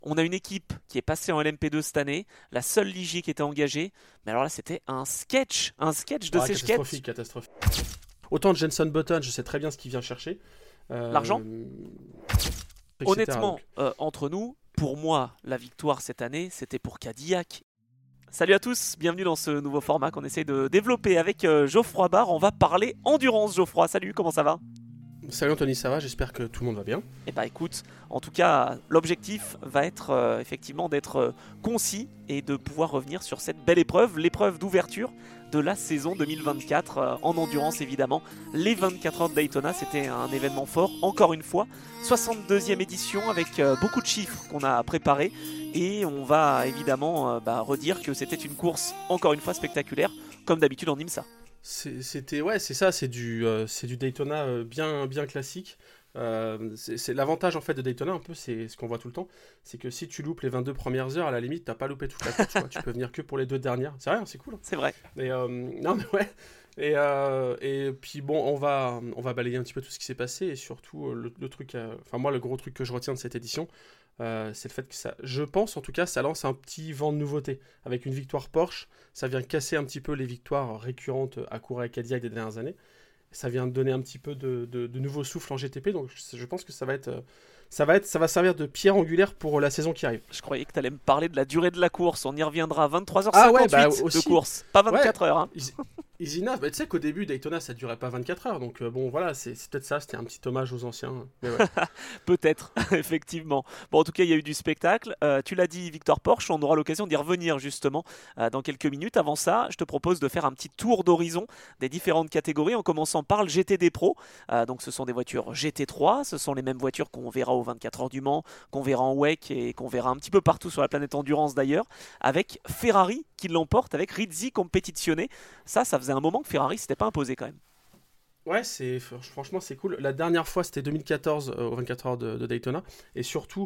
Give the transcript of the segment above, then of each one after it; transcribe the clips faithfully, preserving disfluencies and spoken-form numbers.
On a une équipe qui est passée en L M P deux cette année, la seule Ligier qui était engagée. Mais alors là, c'était un sketch, un sketch de Ah, ces catastrophique, sketchs. catastrophique. Autant de Jenson Button, je sais très bien ce qu'il vient chercher. Euh, L'argent et cetera. Honnêtement, Donc, euh, entre nous, pour moi, la victoire cette année, c'était pour Cadillac. Salut à tous, bienvenue dans ce nouveau format qu'on essaie de développer avec euh, Geoffroy Barre. On va parler endurance, Geoffroy. Salut, comment ça va ? Salut Anthony, ça va? J'espère que tout le monde va bien. Eh bah écoute, en tout cas, l'objectif va être euh, effectivement d'être euh, concis et de pouvoir revenir sur cette belle épreuve, l'épreuve d'ouverture de la saison deux mille vingt-quatre, euh, en endurance évidemment. Les vingt-quatre heures de Daytona, c'était un événement fort, encore une fois. soixante-deuxième édition avec euh, beaucoup de chiffres qu'on a préparés. Et on va évidemment euh, bah, redire que c'était une course, encore une fois, spectaculaire, comme d'habitude en IMSA. C'est- C'était ouais, c'est ça, c'est du, euh, c'est du Daytona euh, bien, bien classique. Euh, c'est c'est l'avantage en fait de Daytona un peu, c'est ce qu'on voit tout le temps, c'est que si tu loupes les vingt-deux premières heures, à la limite, t'as pas loupé toute la course, quoi. Tu peux venir que pour les deux dernières. C'est rien, c'est cool. C'est vrai. Et euh, non mais ouais. Et, euh, et puis bon, on va, on va balayer un petit peu tout ce qui s'est passé et surtout euh, le, le truc, euh, enfin moi le gros truc que je retiens de cette édition, euh, c'est le fait que ça, je pense en tout cas, ça lance un petit vent de nouveauté avec une victoire Porsche. Ça vient casser un petit peu les victoires récurrentes à Acura et Cadillac des dernières années. Ça vient donner un petit peu de, de, de nouveau souffle en G T P, donc je, je pense que ça va être, euh, ça va être, ça va servir de pierre angulaire pour la saison qui arrive. Je croyais que tu allais me parler de la durée de la course. On y reviendra. vingt-trois heures Ah cinquante-huit ouais, bah de aussi. course, pas Ouais, vingt-quatre heures. Hein. Is- Isina, bah, tu sais qu'au début Daytona ça durait pas vingt-quatre heures, donc euh, bon voilà, c'est c'est peut-être ça, c'était un petit hommage aux anciens. Mais ouais. Peut-être, effectivement. Bon, en tout cas, il y a eu du spectacle. Euh, tu l'as dit, Victor Porsche, on aura l'occasion d'y revenir justement euh, dans quelques minutes. Avant ça, je te propose de faire un petit tour d'horizon des différentes catégories, en commençant par le G T D Pro. Euh, donc, ce sont des voitures G T trois, ce sont les mêmes voitures qu'on verra aux vingt-quatre heures du Mans, qu'on verra en W E C et qu'on verra un petit peu partout sur la planète Endurance d'ailleurs, avec Ferrari qui l'emporte avec Rizzi Competizione. Ça, ça faisait un moment que Ferrari s'était pas imposé quand même. Ouais, c'est franchement c'est cool. La dernière fois c'était deux mille quatorze euh, aux vingt-quatre heures de, de Daytona et surtout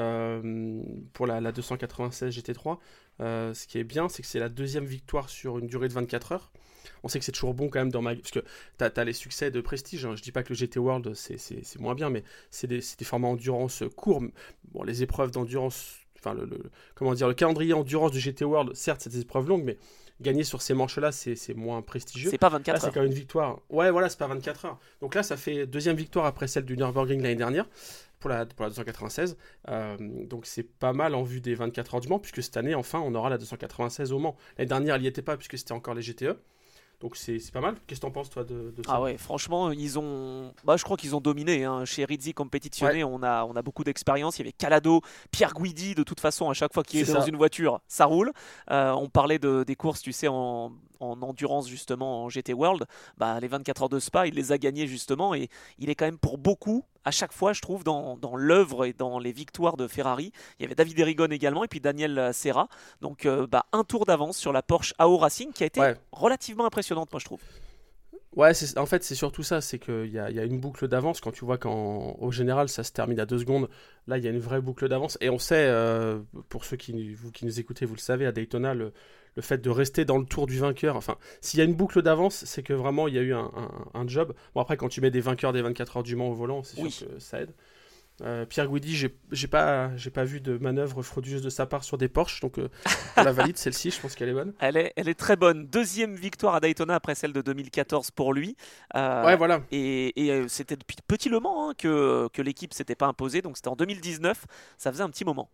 euh, pour la, la deux cent quatre-vingt-seize G T trois, euh, ce qui est bien c'est que c'est la deuxième victoire sur une durée de vingt-quatre heures. On sait que c'est toujours bon quand même dans ma parce que t'as as les succès de prestige. Hein. Je dis pas que le G T World c'est c'est- c'est moins bien, mais c'est des, c'est des formats endurance courts. Bon, les épreuves d'endurance, enfin le, le- comment dire, le calendrier endurance du G T World, certes c'est des épreuves longues, mais gagner sur ces manches là c'est c'est moins prestigieux. C'est pas Là, vingt-quatre c'est heures. quand même une victoire. Ouais, voilà, c'est pas vingt-quatre heures. Donc là, ça fait deuxième victoire après celle du Nürburgring l'année dernière pour la, pour la deux cent quatre-vingt-seize. Euh, donc c'est pas mal en vue des vingt-quatre heures du Mans, puisque cette année, enfin, on aura la deux cent quatre-vingt-seize au Mans. L'année dernière, elle n'y était pas, puisque c'était encore les G T E. Donc c'est c'est pas mal. Qu'est-ce que t'en penses, toi, de, de ça? Ah ouais, franchement, ils ont. Bah, je crois qu'ils ont dominé. Hein. Chez Rizzi Competizione, Ouais, on a, on a beaucoup d'expérience. Il y avait Calado, Pierre Guidi. De toute façon, à chaque fois qu'il c'est est dans ça. une voiture, ça roule. Euh, on parlait de, des courses, tu sais, en, en endurance, justement, en G T World. Bah, les vingt-quatre heures de Spa, il les a gagnés, justement. Et il est quand même pour beaucoup, à chaque fois, je trouve, dans, dans l'œuvre et dans les victoires de Ferrari. Il y avait David Erigon également, et puis Daniel euh, Serra. Donc, euh, bah, un tour d'avance sur la Porsche A O Racing, qui a été Ouais. relativement impressionnante, moi, je trouve. Ouais, c'est- en fait, c'est surtout ça, c'est qu'il y a, il y a une boucle d'avance. Quand tu vois qu'au général, ça se termine à deux secondes, là, il y a une vraie boucle d'avance. Et on sait, euh, pour ceux qui, vous, qui nous écoutez, vous le savez, à Daytona, le, le fait de rester dans le tour du vainqueur, enfin, s'il y a une boucle d'avance, c'est que vraiment, il y a eu un, un- un job. Bon, après, quand tu mets des vainqueurs des vingt-quatre heures du Mans au volant, c'est sûr Oui. que ça aide. Euh, Pierre Guidi, j'ai j'ai pas, j'ai pas vu de manœuvre frauduleuse de sa part sur des Porsche, donc euh, on la valide, celle-ci, je pense qu'elle est bonne. Elle est, elle est très bonne. Deuxième victoire à Daytona après celle de deux mille quatorze pour lui. Ouais, Euh, voilà. et et, euh, c'était depuis Petit Le Mans hein, que, que l'équipe s'était pas imposée. Donc c'était en deux mille dix-neuf. Ça faisait un petit moment.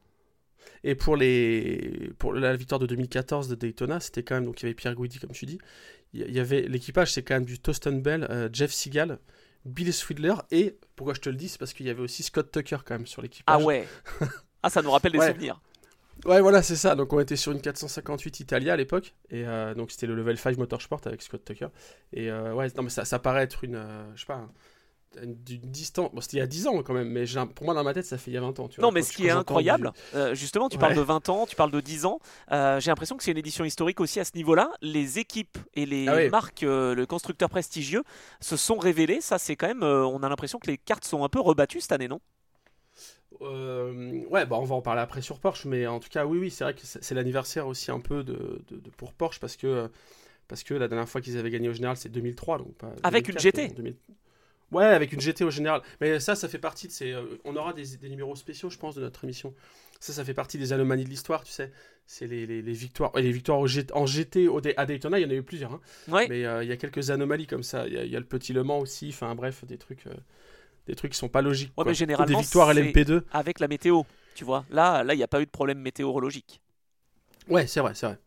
Et pour, les... pour la victoire de deux mille quatorze de Daytona, c'était quand même, donc il y avait Pierre Guidi, comme tu dis, il y- y avait l'équipage, c'est quand même du Toston Bell, euh, Jeff Seagal, Bill Swidler, et pourquoi je te le dis, c'est parce qu'il y avait aussi Scott Tucker quand même sur Ah l'équipage. ouais. Ah, ça nous rappelle des Ouais, souvenirs. ouais, voilà, c'est ça. Donc on était sur une quatre cent cinquante-huit Italia à l'époque, et euh, donc c'était le level cinq Motorsport avec Scott Tucker. Et euh, ouais, non, mais ça, ça paraît être une, euh, je sais pas, une, une distance. Bon, c'était il y a dix ans quand même, mais j'ai un- pour moi dans ma tête, ça fait il y a vingt ans, tu Non, vois. mais Quand, ce tu- qui quand est j'entends du. incroyable, euh, justement, tu parles Ouais, de vingt ans, tu parles de dix ans. euh, j'ai l'impression que c'est une édition historique aussi à ce niveau-là. Les équipes et ah les ouais. marques, euh, le constructeur prestigieux, se sont révélés. Ça, c'est quand même. Euh, on a l'impression que les cartes sont un peu rebattues cette année, non? Euh, ouais, bah on va en parler après sur Porsche, mais en tout cas, oui, oui, c'est vrai que c'est c'est l'anniversaire aussi un peu de, de- de- pour Porsche parce que, parce que la dernière fois qu'ils avaient gagné au général, c'est deux mille trois, donc pas Avec une deux mille quatre, mais G T. en deux mille. Ouais, avec une G T au général. Mais ça, ça fait partie de ces. euh, on aura des, des numéros spéciaux, je pense, de notre émission ça, ça fait partie des anomalies de l'histoire, tu sais. C'est les, les, les victoires, les victoires au G- en G T au, à Daytona, il y en a eu plusieurs. Hein. Ouais. Mais il euh, y a quelques anomalies comme ça. Il y, y a le Petit Le Mans aussi. Enfin bref, des trucs, euh, des trucs qui sont pas logiques. Ouais, Quoi. mais généralement, des victoires à c'est l'M P deux. avec la météo. Tu vois, là, là, il n'y a pas eu de problème météorologique. Ouais, c'est vrai, c'est vrai.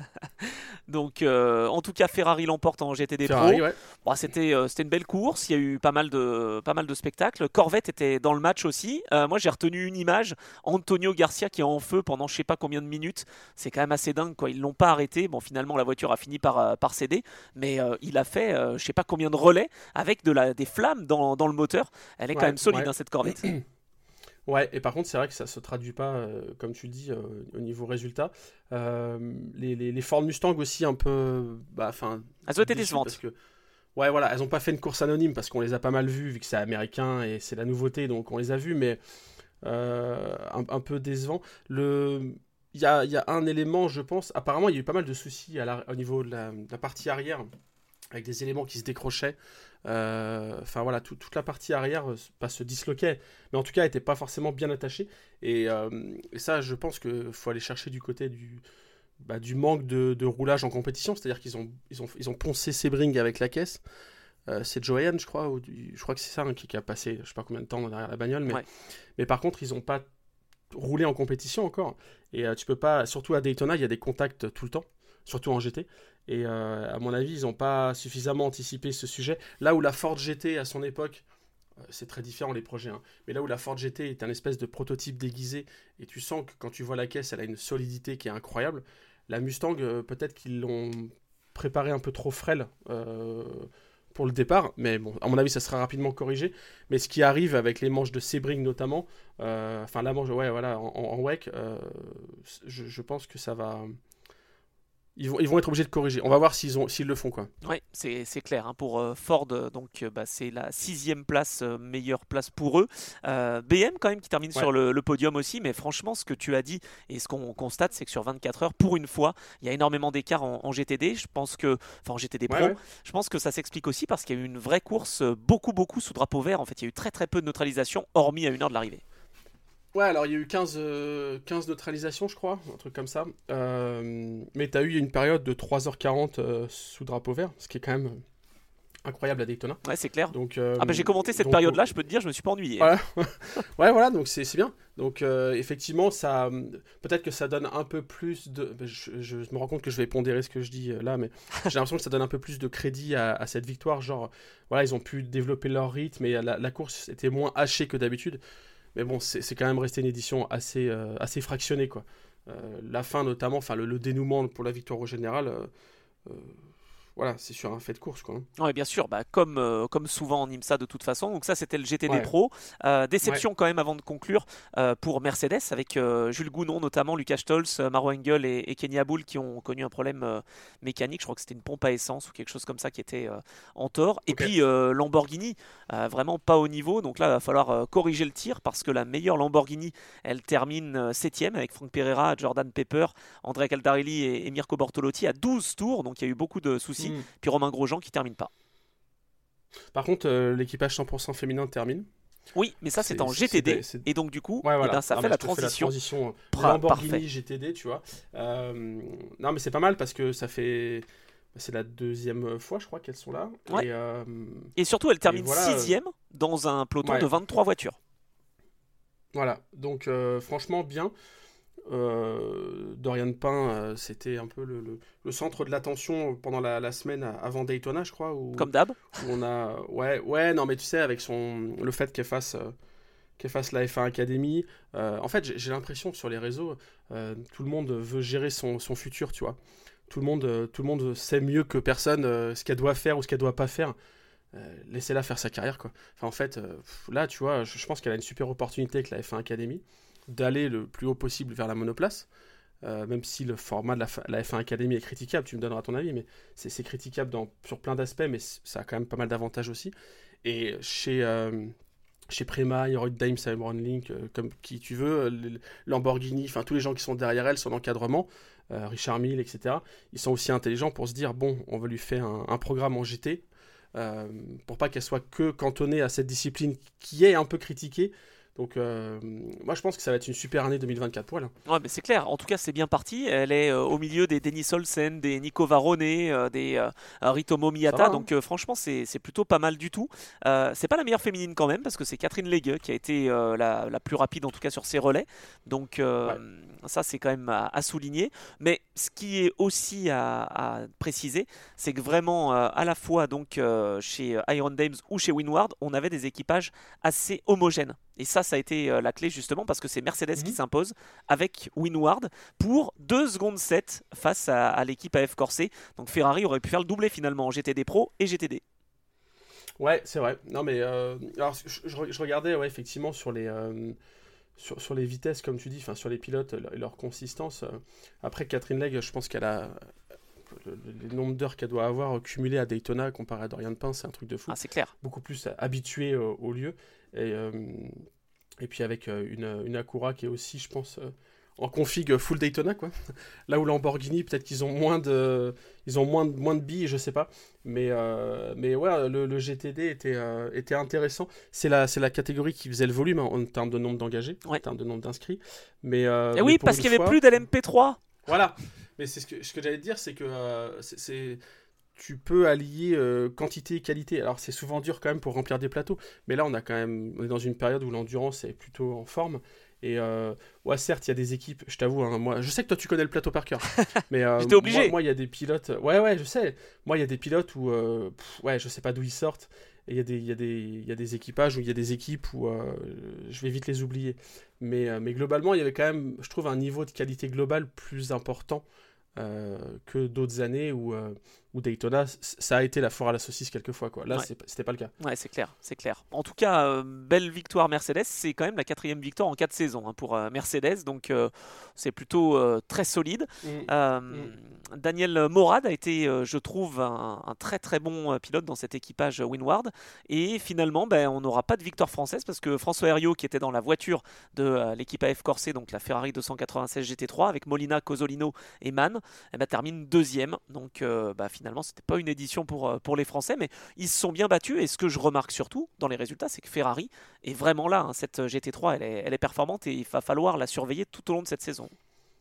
Donc, euh, en tout cas, Ferrari l'emporte en G T D Ferrari, Pro. ouais. Bon, c'était, euh, c'était une belle course. Il y a eu pas mal de, pas mal de spectacles. Corvette était dans le match aussi. Euh, moi, j'ai retenu une image. Antonio Garcia qui est en feu pendant je sais pas combien de minutes. C'est quand même assez dingue, quoi. Ils l'ont pas arrêté. Bon, finalement, la voiture a fini par, euh, par céder. Mais euh, il a fait euh, je sais pas combien de relais avec de la, des flammes dans, dans le moteur. Elle est quand Ouais, même solide, ouais. hein, cette Corvette. Ouais, et par contre, c'est vrai que ça se traduit pas, euh, comme tu dis, euh, au niveau résultat. Euh, les, les, les Ford Mustang aussi, un peu. Bah, enfin. Elles ont été déçues décevantes. parce que. Ouais, voilà, elles ont pas fait une course anonyme parce qu'on les a pas mal vues, vu que c'est américain et c'est la nouveauté, donc on les a vues, mais euh, un, un peu décevant. Le. Il y a, il y a un élément, je pense. Apparemment, il y a eu pas mal de soucis à la- au niveau de la, de la partie arrière, avec des éléments qui se décrochaient. Euh, Enfin voilà, tout- toute la partie arrière, euh, pas se disloquait, mais en tout cas, elle n'était pas forcément bien attachée. Et, euh, et ça, je pense qu'il faut aller chercher du côté du, bah, du manque de, de roulage en compétition. C'est-à-dire qu'ils ont, ils ont, ils ont poncé Sebring avec la caisse. Euh, c'est Johan, je crois, ou du- je crois que c'est ça hein, qui, qui a passé, je sais pas combien de temps derrière la bagnole, mais, Ouais. mais par contre, ils n'ont pas roulé en compétition encore. Et euh, tu peux pas, surtout à Daytona, il y a des contacts tout le temps, surtout en G T. Et euh, à mon avis, ils n'ont pas suffisamment anticipé ce sujet. Là où la Ford G T à son époque, euh, c'est très différent les projets, hein, mais là où la Ford G T est un espèce de prototype déguisé, et tu sens que quand tu vois la caisse, elle a une solidité qui est incroyable. La Mustang, euh, peut-être qu'ils l'ont préparée un peu trop frêle euh, pour le départ, mais bon, à mon avis, ça sera rapidement corrigé. Mais ce qui arrive avec les manches de Sebring notamment, euh, enfin la manche, ouais, voilà, en, en, en W E C, euh, je, je pense que ça va. Ils vont, ils vont être obligés de corriger. On va voir s'ils, ont, s'ils le font, quoi. Oui, c'est, c'est clair. Hein, pour euh, Ford, euh, donc, euh, bah, c'est la sixième place, euh, meilleure place pour eux. Euh, B M, quand même, qui termine Ouais. sur le, le podium aussi. Mais franchement, ce que tu as dit et ce qu'on constate, c'est que sur vingt-quatre heures, pour une fois, il y a énormément d'écart en, en G T D. Je pense que, enfin, en G T D Pro, Ouais, ouais. je pense que ça s'explique aussi parce qu'il y a eu une vraie course, euh, beaucoup, beaucoup sous drapeau vert. En fait, il y a eu très, très peu de neutralisation, hormis à une heure de l'arrivée. Ouais, alors il y a eu quinze, euh, quinze neutralisations, je crois, un truc comme ça. Euh, mais tu as eu une période de trois heures quarante euh, sous drapeau vert, ce qui est quand même incroyable à Daytona. Ouais, c'est clair. Donc, euh, Ah, bah, j'ai commenté cette donc, période-là, je peux te dire, je me suis pas ennuyé. Voilà. Ouais, voilà, donc c'est, c'est bien. Donc euh, effectivement, ça, peut-être que ça donne un peu plus de. Je, je me rends compte que je vais pondérer ce que je dis euh, là, mais j'ai l'impression que ça donne un peu plus de crédit à, à cette victoire. Genre, voilà, ils ont pu développer leur rythme et la, la course était moins hachée que d'habitude. Mais bon, c'est, c'est quand même resté une édition assez, euh, assez fractionnée, quoi. Euh, la fin, notamment, enfin le, le dénouement pour la victoire au général. euh, euh, Voilà, c'est sur un fait de course, quoi. Oui, bien sûr, bah, comme, euh, comme souvent en IMSA de toute façon. Donc ça, c'était le G T D Ouais. Pro. Euh, déception quand même avant de conclure euh, pour Mercedes, avec euh, Jules Gounon notamment, Lucas Stolz, euh, Maro Engel et, et Kenny Aboul qui ont connu un problème euh, mécanique. Je crois que c'était une pompe à essence ou quelque chose comme ça qui était euh, en tort. Et Ok. puis euh, Lamborghini, euh, vraiment pas au niveau. Donc là, il va falloir euh, corriger le tir parce que la meilleure Lamborghini, elle termine euh, septième avec Franck Pereira, Jordan Pepper, Andrea Caldarelli et, et Mirko Bortolotti à douze tours. Donc il y a eu beaucoup de soucis. Mm. Puis Romain Grosjean qui termine pas. Par contre, euh, l'équipage cent pour cent féminin termine. Oui, mais ça c'est, C'est- en c'est- G T D c'est- c'est- et donc du coup, Ouais, eh voilà. ben, ça Non, fait mais la je te fais transition. transition euh, Pra- Lamborghini parfait. G T D, tu vois. Euh, non, mais c'est pas mal parce que ça fait. C'est la deuxième fois, je crois, qu'elles sont là. Ouais. Et, euh, Et surtout, elle termine voilà, euh, sixième dans un peloton ouais. de vingt-trois voitures. Voilà. Donc, euh, franchement, bien. Euh, Dorian Pain, euh, c'était un peu le, le- le centre de l'attention pendant la, la semaine avant Daytona, je crois. Où, Comme d'hab. où on a. Ouais, ouais, non, mais tu sais, avec son le fait qu'elle fasse. euh, qu'elle fasse la F un Academy. Euh, en fait, j'ai, j'ai l'impression que sur les réseaux, euh, tout le monde veut gérer son, son futur, tu vois. Tout le monde, euh, tout le monde sait mieux que personne euh, ce qu'elle doit faire ou ce qu'elle doit pas faire. Euh, laissez-la faire sa carrière, quoi. Enfin, en fait, euh, là, tu vois, je, je pense qu'elle a une super opportunité avec la F un Academy d'aller le plus haut possible vers la monoplace. Euh, même si le format de la, fa- la F un Academy est critiquable, tu me donneras ton avis, mais c'est, c'est critiquable dans, sur plein d'aspects, mais c- ça a quand même pas mal d'avantages aussi. Et chez, euh, chez Prema, Roy Dime, Simon Link, euh, comme qui tu veux, euh, le- Lamborghini, enfin tous les gens qui sont derrière elle, son encadrement, euh, Richard Mille, et cetera, ils sont aussi intelligents pour se dire, bon, on va lui faire un, un programme en G T, euh, pour pas qu'elle soit que cantonnée à cette discipline qui est un peu critiquée. Donc, euh, moi, je pense que ça va être une super année deux mille vingt-quatre pour elle. Ouais, mais c'est clair. En tout cas, c'est bien parti. Elle est euh, au milieu des Denis Olsen, des Nico Varone, euh, des euh, Ritomo Ça Miyata. va, hein. Donc, euh, franchement, c'est c'est plutôt pas mal du tout. Euh, c'est pas la meilleure féminine quand même, parce que c'est Catherine Legge qui a été euh, la, la plus rapide, en tout cas sur ses relais. Donc, euh, Ouais. ça, c'est quand même à, à souligner. Mais ce qui est aussi à, à préciser, c'est que vraiment, euh, à la fois donc euh, chez Iron Dames ou chez Windward, on avait des équipages assez homogènes. Et ça, ça a été euh, la clé justement parce que c'est Mercedes qui Mhm. s'impose avec Windward pour deux secondes sept face à, à l'équipe A F Corse. Donc Ferrari aurait pu faire le doublé finalement en G T D Pro et G T D. Ouais, c'est vrai. Non, mais euh, alors, je, je- je regardais, ouais, effectivement, sur les, euh, sur, sur les vitesses, comme tu dis, enfin, sur les pilotes et leur, et leur consistance. euh. Après, Catherine Legge, je pense qu'elle a. Le, le- le nombre d'heures qu'elle doit avoir cumulé à Daytona comparé à Dorian Pin, c'est un truc de fou. Ah, c'est clair. Beaucoup plus habitué au, au lieu. Et, euh, et puis avec euh, une, une Acura qui est aussi, je pense, euh, en config full Daytona, quoi. Là où Lamborghini, peut-être qu'ils ont moins de, ils ont moins de, moins de billes, je sais pas. Mais, euh, mais ouais, le, le G T D était, euh, était intéressant. C'est la, c'est la catégorie qui faisait le volume hein, en termes de nombre d'engagés, en Ouais. termes de nombre d'inscrits. Mais, euh, Et mais oui, pour parce une qu'il n'y avait fois, plus d'L M P trois. voilà. Mais c'est ce que, ce que j'allais te dire, c'est que euh, c'est, c'est- tu peux allier euh, quantité et qualité. Alors c'est souvent dur quand même pour remplir des plateaux, mais là on a quand même, on est dans une période où l'endurance est plutôt en forme. Et euh, ouais, certes, il y a des équipes, je t'avoue, hein, moi, je sais que toi tu connais le plateau par cœur, mais euh, J'étais moi, obligé. moi, il y a des pilotes, ouais, ouais, je sais. Moi, il y a des pilotes où, euh, pff, ouais, je sais pas d'où ils sortent. Et il y a des, il y a des, il y a des équipages où il y a des équipes où euh, je vais vite les oublier. Mais, euh, mais globalement, il y avait quand même, je trouve, un niveau de qualité globale plus important euh, que d'autres années où, euh, où Daytona, c- ça a été la foire à la saucisse quelquefois, quoi. Là, Ouais. c'est pas- c'était pas le cas. Ouais, c'est clair, c'est clair. En tout cas, euh, belle victoire Mercedes. C'est quand même la quatrième victoire en quatre saisons hein, pour euh, Mercedes, donc euh, c'est plutôt euh, très solide. Mm, Euh, mm. Daniel Morad a été, euh, je trouve, un, un très très bon euh, pilote dans cet équipage Windward. Et finalement, ben, on n'aura pas de victoire française parce que François Herriot, qui était dans la voiture de euh, l'équipe A F Corse, donc la Ferrari deux cent quatre-vingt-seize G T trois, avec Molina, Cosolino et Mann, eh ben, termine deuxième. Donc euh, bah, finalement, c'était pas une édition pour, euh, pour les Français, mais ils se sont bien battus. Et ce que je remarque surtout dans les résultats, c'est que Ferrari est vraiment là. hein. Cette G T trois, elle est, elle est performante et il va falloir la surveiller tout au long de cette saison.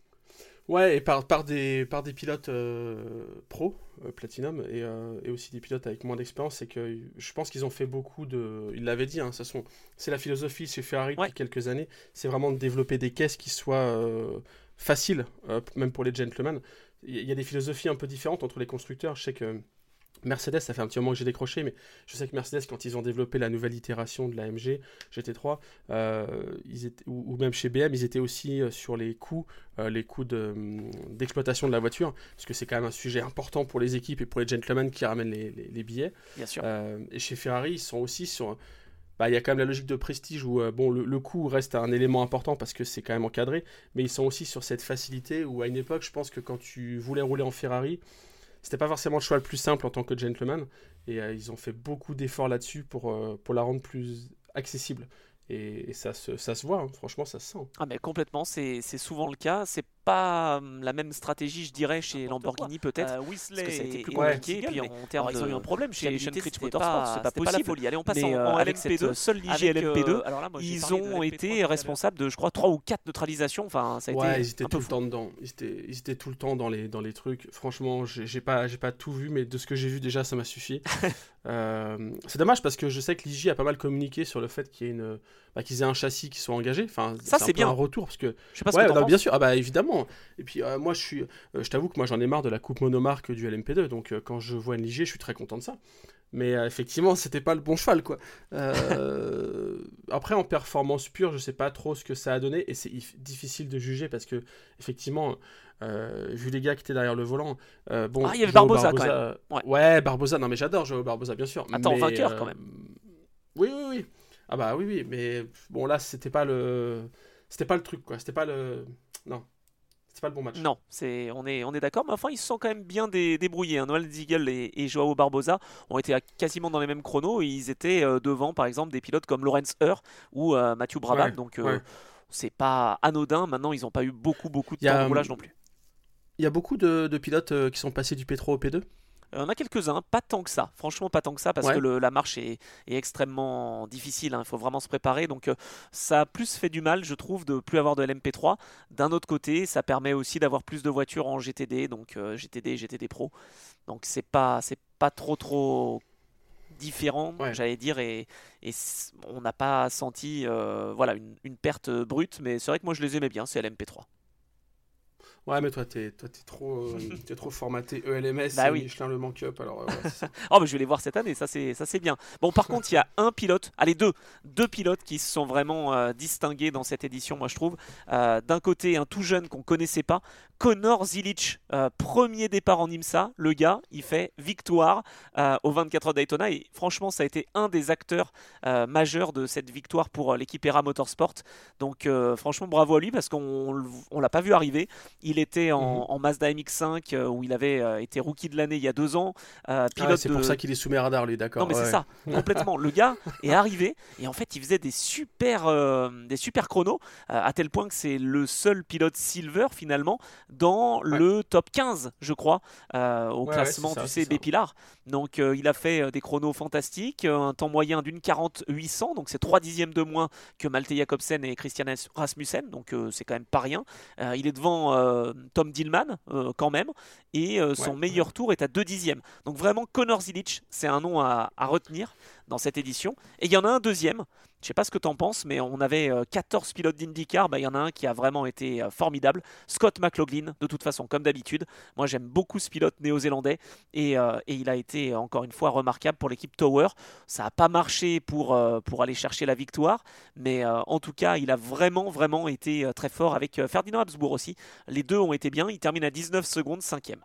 Ouais, et par, par, des, par des pilotes euh, pro, euh, Platinum, et, euh, et aussi des pilotes avec moins d'expérience, c'est que je pense qu'ils ont fait beaucoup de... Ils l'avaient dit, hein, ça sont, c'est la philosophie chez Ferrari depuis Ouais. quelques années, c'est vraiment de développer des caisses qui soient euh, faciles, euh, même pour les gentlemen. Il y a des philosophies un peu différentes entre les constructeurs, je sais que... Mercedes, ça fait un petit moment que j'ai décroché, mais je sais que Mercedes, quand ils ont développé la nouvelle itération de l'A M G G T trois, euh, ils étaient, ou, ou même chez B M, ils étaient aussi euh, sur les coûts, euh, les coûts de, hum, d'exploitation de la voiture, parce que c'est quand même un sujet important pour les équipes et pour les gentlemen qui ramènent les, les- les billets. Bien sûr. Euh, et chez Ferrari, ils sont aussi sur... Bah, il y a quand même la logique de prestige où euh, bon, le, le coût reste un élément important parce que c'est quand même encadré, mais ils sont aussi sur cette facilité où à une époque, je pense que quand tu voulais rouler en Ferrari, c'était pas forcément le choix le plus simple en tant que gentleman. Et euh, ils ont fait beaucoup d'efforts là-dessus pour, euh, pour la rendre plus accessible. Et, et ça, se, ça se voit, hein. Franchement, ça se sent. Ah mais complètement, c'est c'est souvent le cas. C'est pas hum, la même stratégie, je dirais, chez N'importe Lamborghini quoi. peut-être. Euh, parce Whistler que ça a été et- plus et Ouais. compliqué, et puis mais en termes alors, ils ont eu de un problème chez fiabilité, Sean Creed c'était Motorsport, pas, c'est pas c'était pas la possible. folie. Allez, on passe Mais, en, euh, en avec L M P deux, cette seule Ligier avec, L M P deux, euh, alors là, moi, j'ai ils parlé de ont L M P trois été tout à l'heure. responsables de, je crois, trois ou quatre neutralisations. Enfin, ça a Ouais, été ils étaient un tout peu le fou. temps dedans. Ils étaient, ils étaient tout le temps dans les, dans les trucs. Franchement, j'ai j'ai pas, j'ai pas tout vu, mais de ce que j'ai vu déjà, ça m'a suffi. Euh, c'est dommage parce que je sais que l'I J a pas mal communiqué sur le fait qu'il y ait une, bah, qu'ils aient un châssis qui soit engagé. Enfin, Ça, c'est un c'est peu bien. un retour parce que Je sais pas ce ouais, que t'en non, bien penses. sûr, ah bah évidemment. Et puis euh, moi je suis, euh, je t'avoue que moi j'en ai marre de la coupe monomarque du L M P deux, donc euh, quand je vois une Ligier, je suis très content de ça. Mais euh, effectivement, c'était pas le bon cheval quoi. Euh, Après en performance pure, je sais pas trop ce que ça a donné et c'est if- difficile de juger parce que effectivement, euh, vu les gars qui étaient derrière le volant, euh, bon. Ah, il y avait Joao Barbosa, quand même. Ouais. Ouais, Barbosa. Non mais j'adore Joao Barbosa bien sûr. Attends, mais, vainqueur, euh, quand même. Oui oui oui. Ah bah oui oui, mais bon là c'était pas le, c'était pas le truc quoi. C'était pas le, non. C'est pas le bon match. Non, c'est, on est, on est d'accord, mais enfin ils se sont quand même bien dé- débrouillés. Hein. Noël Ziegel et, et Joao Barbosa ont été à- quasiment dans les mêmes chronos et ils étaient euh, devant par exemple des pilotes comme Lorenz Heur ou euh, Mathieu Brabham, Ouais, donc euh, ouais. c'est pas anodin. Maintenant ils n'ont pas eu beaucoup beaucoup de Il y temps a, de roulage non plus. Il y a beaucoup de, de pilotes euh, qui sont passés du P trois au P deux. Euh, On a quelques-uns, pas tant que ça, franchement pas tant que ça, parce que Ouais. le- la marche est, est extrêmement difficile, hein, il faut vraiment se préparer, donc euh, ça a plus fait du mal, je trouve, de plus avoir de L M P trois. D'un autre côté, ça permet aussi d'avoir plus de voitures en G T D, donc euh, G T D, G T D Pro, donc c'est pas, c'est pas trop trop différent, Ouais. j'allais dire, et, et c- on n'a pas senti euh, voilà, une, une perte brute, mais c'est vrai que moi je les aimais bien, ces L M P trois. Ouais, mais toi, t'es, toi, t'es trop, euh, t'es trop formaté E L M S Bah et oui. Michelin Le Mans Cup, alors euh, ouais, c'est ça. Oh, mais je vais les voir cette année, ça c'est ça c'est bien. Bon, par contre, il y a un pilote, allez deux, deux pilotes qui se sont vraiment euh, distingués dans cette édition, moi je trouve. Euh, d'un côté, un tout jeune qu'on connaissait pas, Connor Zilic, euh, premier départ en IMSA, le gars, il fait victoire euh, aux vingt-quatre heures Daytona et franchement, ça a été un des acteurs euh, majeurs de cette victoire pour euh, l'équipe Era Motorsport. Donc euh, franchement, bravo à lui parce qu'on l- on l'a pas vu arriver. Il était en, Mhm. en Mazda M X cinq euh, où il avait euh, été rookie de l'année il y a deux ans, euh, Ah ouais, pilote c'est pour ça de, qu'il est sous mes radars, lui, non d'accord. mais c'est Ouais. ça, complètement. Le gars est arrivé et en fait il faisait des super, euh, des super chronos euh, à tel point que c'est le seul pilote silver finalement dans Ouais, le top quinze je crois euh, au ouais, ouais, c'est classement ça, tu c'est sais ça. B Pilar. Donc euh, il a fait euh, des chronos fantastiques, euh, un temps moyen d'une quarante huit cents donc c'est trois dixièmes de moins que Malte Jacobsen et Christian Rasmussen donc euh, c'est quand même pas rien. Euh, il est devant euh, Tom Dillman euh, quand même et euh, son Ouais, ouais. meilleur tour est à deux dixièmes. Donc vraiment, Connor Zilic, c'est un nom à, à retenir dans cette édition. Et il y en a un deuxième, je sais pas ce que tu en penses, mais on avait euh, quatorze pilotes d'IndyCar, bah, il y en a un qui a vraiment été euh, formidable, Scott McLaughlin, de toute façon, comme d'habitude. Moi j'aime beaucoup ce pilote néo-zélandais et, euh, et il a été encore une fois remarquable pour l'équipe Tower. Ça n'a pas marché pour, euh, pour aller chercher la victoire, mais euh, en tout cas il a vraiment vraiment été euh, très fort avec euh, Ferdinand Habsbourg aussi. Les deux ont été bien, il termine à dix-neuf secondes, cinquième.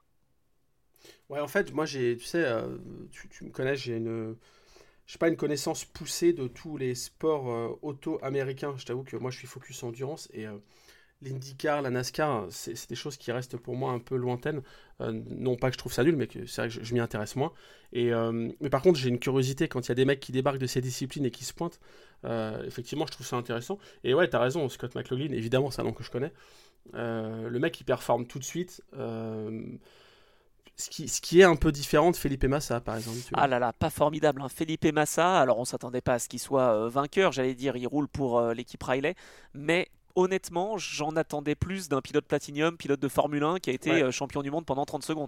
Ouais, en fait, moi, j'ai, tu sais, euh, tu, tu me connais, j'ai une, je sais pas, une connaissance poussée de tous les sports euh, auto américains. Je t'avoue que moi, je suis focus endurance et euh, l'IndyCar, la NASCAR, c'est c'est des choses qui restent pour moi un peu lointaines. Euh, non pas que je trouve ça nul, mais que c'est vrai que je, je m'y intéresse moins. Et, euh, mais par contre, j'ai une curiosité quand il y a des mecs qui débarquent de ces disciplines et qui se pointent. Euh, effectivement, je trouve ça intéressant. Et ouais, t'as raison, Scott McLaughlin, évidemment, c'est un nom que je connais. Euh, le mec, il performe tout de suite. Euh, ce, qui, ce qui est un peu différent de Felipe Massa, par exemple, tu Ah vois. là là, pas formidable, hein. Felipe Massa, alors on s'attendait pas à ce qu'il soit euh, vainqueur, j'allais dire, il roule pour euh, l'équipe Riley, mais honnêtement, j'en attendais plus d'un pilote Platinum, pilote de Formule un qui a été Ouais, euh, champion du monde pendant trente secondes.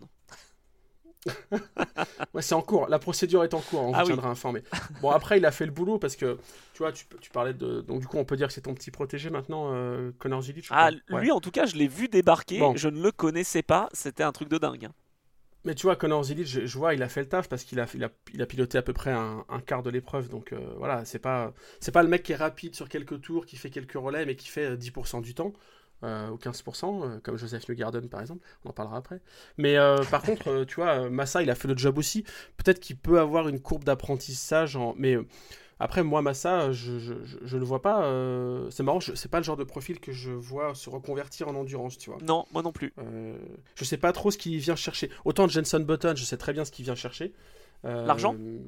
ouais, c'est en cours. La procédure est en cours. On vous Ah oui, tiendra informé. Bon, après, il a fait le boulot parce que, tu vois, tu, tu parlais de. Donc, du coup, on peut dire que c'est ton petit protégé maintenant, euh, Connor Zilic ou ah, pas? Ouais. lui en tout cas, je l'ai vu débarquer, Bon. je ne le connaissais pas, c'était un truc de dingue, hein. Mais tu vois, Connor Zilic, je, je vois, il a fait le taf parce qu'il a, il a, il a piloté à peu près un, un quart de l'épreuve. Donc, euh, voilà, c'est pas, c'est pas le mec qui est rapide sur quelques tours, qui fait quelques relais, mais qui fait euh, dix pour cent du temps. Euh, ou quinze pour cent, euh, comme Joseph Newgarden par exemple, on en parlera après. Mais euh, par contre, euh, tu vois, euh, Massa, il a fait le job aussi. Peut-être qu'il peut avoir une courbe d'apprentissage, en... mais euh, après, moi, Massa, je, je, je, je le vois pas. euh, C'est marrant, je- c'est pas le genre de profil que je vois se reconvertir en endurance, tu vois. Non, moi non plus. Euh, je sais pas trop ce qu'il vient chercher. Autant Jenson Button, je sais très bien ce qu'il vient chercher. L'argent? Euh,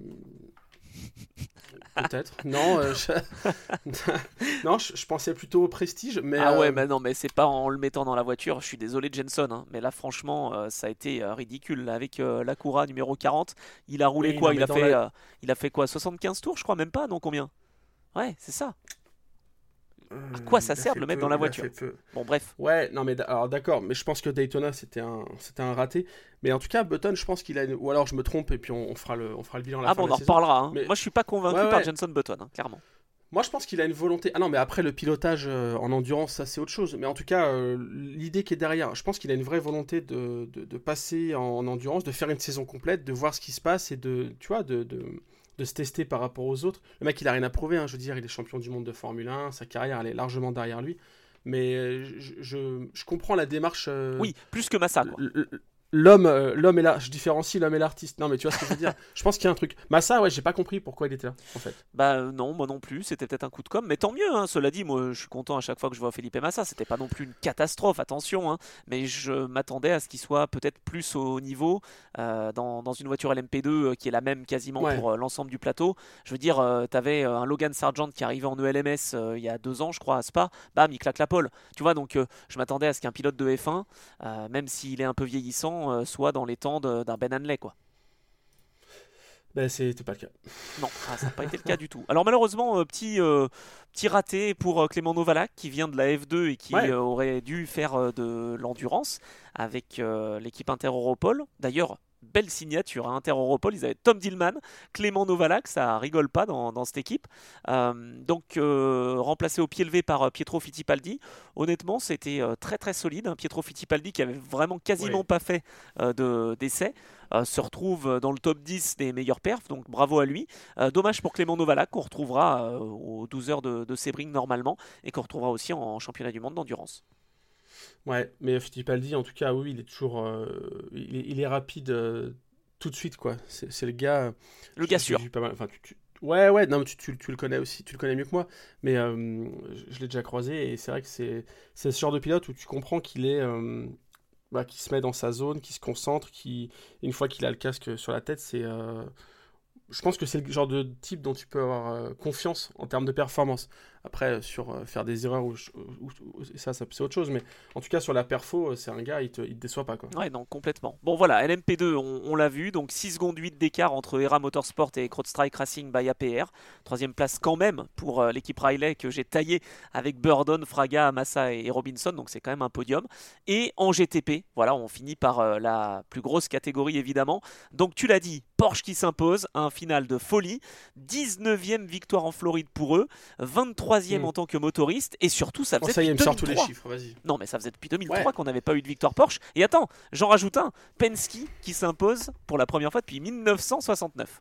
Peut-être. Non, euh, je... non, je, je pensais plutôt au prestige, mais Ah ouais, euh, mais non, mais c'est pas en le mettant dans la voiture. Je suis désolé, Jenson, hein, mais là, franchement, euh, ça a été euh, ridicule. Là, avec euh, l'Acura numéro quarante, il a roulé oui, quoi? non, Il mais a dans fait, la, euh, il a fait quoi? soixante-quinze tours, je crois, même pas? Non, combien? Ouais, c'est ça. À quoi Euh, ça il a sert de fait le mettre dans peu, la il a voiture? fait peu. Bon, bref. Ouais, non mais d- alors d'accord, mais je pense que Daytona c'était un, c'était un raté. Mais en tout cas, Button, je pense qu'il a, une... ou alors je me trompe et puis on, on fera le, on fera le bilan à la Ah fin bon, de on la en saison. reparlera, hein. Mais Moi, je suis pas ouais, convaincu par ouais. Jenson Button, hein, clairement. Moi, je pense qu'il a une volonté. Ah non, mais après le pilotage euh, en endurance, ça c'est autre chose. Mais en tout cas, euh, l'idée qui est derrière, je pense qu'il a une vraie volonté de, de, de passer en, en endurance, de faire une saison complète, de voir ce qui se passe et de, tu vois, de, de, de se tester par rapport aux autres. Le mec, il a rien à prouver. Hein, je veux dire, il est champion du monde de Formule un, sa carrière, elle est largement derrière lui. Mais euh, je, je, je comprends la démarche. euh, Oui, plus que Massa, quoi. l- l- L'homme, euh, l'homme et la, je différencie l'homme et l'artiste. Non, mais tu vois ce que je veux dire. Je pense qu'il y a un truc. Massa, ouais, j'ai pas compris pourquoi il était là, en fait. Bah euh, non, moi non plus, c'était peut-être un coup de com', mais tant mieux, hein, cela dit, moi je suis content à chaque fois que je vois Felipe Massa, c'était pas non plus une catastrophe, attention, hein, mais je m'attendais à ce qu'il soit peut-être plus au niveau euh, dans, dans une voiture L M P deux euh, qui est la même quasiment Ouais. pour euh, l'ensemble du plateau. Je veux dire, euh, t'avais euh, un Logan Sargent qui arrivait en E L M S euh, il y a deux ans, je crois, à Spa, bam, il claque la pole. Tu vois, donc euh, je m'attendais à ce qu'un pilote de F un, euh, même s'il est un peu vieillissant, euh, soit dans les temps de- d'un Ben Hanley, quoi. Ben, c'était pas le cas. Non, ah, ça n'a pas été le cas du tout. Alors malheureusement, euh, petit, euh, petit raté pour euh, Clément Novalak qui vient de la F deux et qui Ouais, euh, aurait dû faire euh, de l'endurance avec euh, l'équipe Inter-Europol. D'ailleurs, belle signature à Inter-Europol, ils avaient Tom Dillman, Clément Novalak, ça rigole pas dans, dans cette équipe. Euh, donc euh, remplacé au pied levé par euh, Pietro Fittipaldi. Honnêtement, c'était euh, très très solide. Hein. Pietro Fittipaldi qui avait vraiment quasiment ouais. pas fait euh, de, d'essai. euh, se retrouve dans le top dix des meilleurs perfs, donc bravo à lui. Euh, dommage pour Clément Novalak qu'on retrouvera euh, aux douze heures de, de Sebring normalement et qu'on retrouvera aussi en, en championnat du monde d'endurance. Ouais, mais Fittipaldi, en tout cas, oui, il est toujours, euh, il est, il est rapide euh, tout de suite, quoi. C'est c'est le gars, Le je, gars je l'ai sûr. vu pas mal. Enfin, tu, tu- ouais, ouais, non, mais tu, tu- tu le connais aussi, tu le connais mieux que moi. Mais euh, je, je l'ai déjà croisé et c'est vrai que c'est, c'est ce genre de pilote où tu comprends qu'il est, euh, bah, qu'il se met dans sa zone, qu'il se concentre, qui, une fois qu'il a le casque sur la tête, c'est, euh, je pense que c'est le genre de type dont tu peux avoir euh, confiance en termes de performance. Après, sur euh, faire des erreurs, ou, ou- ou- ça, ça c'est autre chose. Mais en tout cas, sur la perfo, euh, c'est un gars, il te, il te déçoit pas, quoi. Ouais, non, complètement. Bon, voilà, L M P deux, on, on l'a vu, donc six secondes huit d'écart entre Era Motorsport et CrowdStrike Racing by A P R. Troisième place quand même pour euh, l'équipe Riley que j'ai taillée avec Burdon, Fraga, Massa et Robinson, donc c'est quand même un podium. Et en G T P, voilà, on finit par euh, la plus grosse catégorie évidemment. Donc tu l'as dit, Porsche qui s'impose, un final de folie. dix-neuvième victoire en Floride pour eux, vingt-troisième Hmm. en tant que motoriste, et surtout ça Bon, faisait ça y est, depuis il me sort tous les deux mille trois. chiffres, vas-y. Non, mais ça faisait depuis deux mille trois Ouais, qu'on n'avait pas eu de victoire Porsche. Et attends, j'en rajoute un. Penske qui s'impose pour la première fois depuis mille neuf cent soixante-neuf.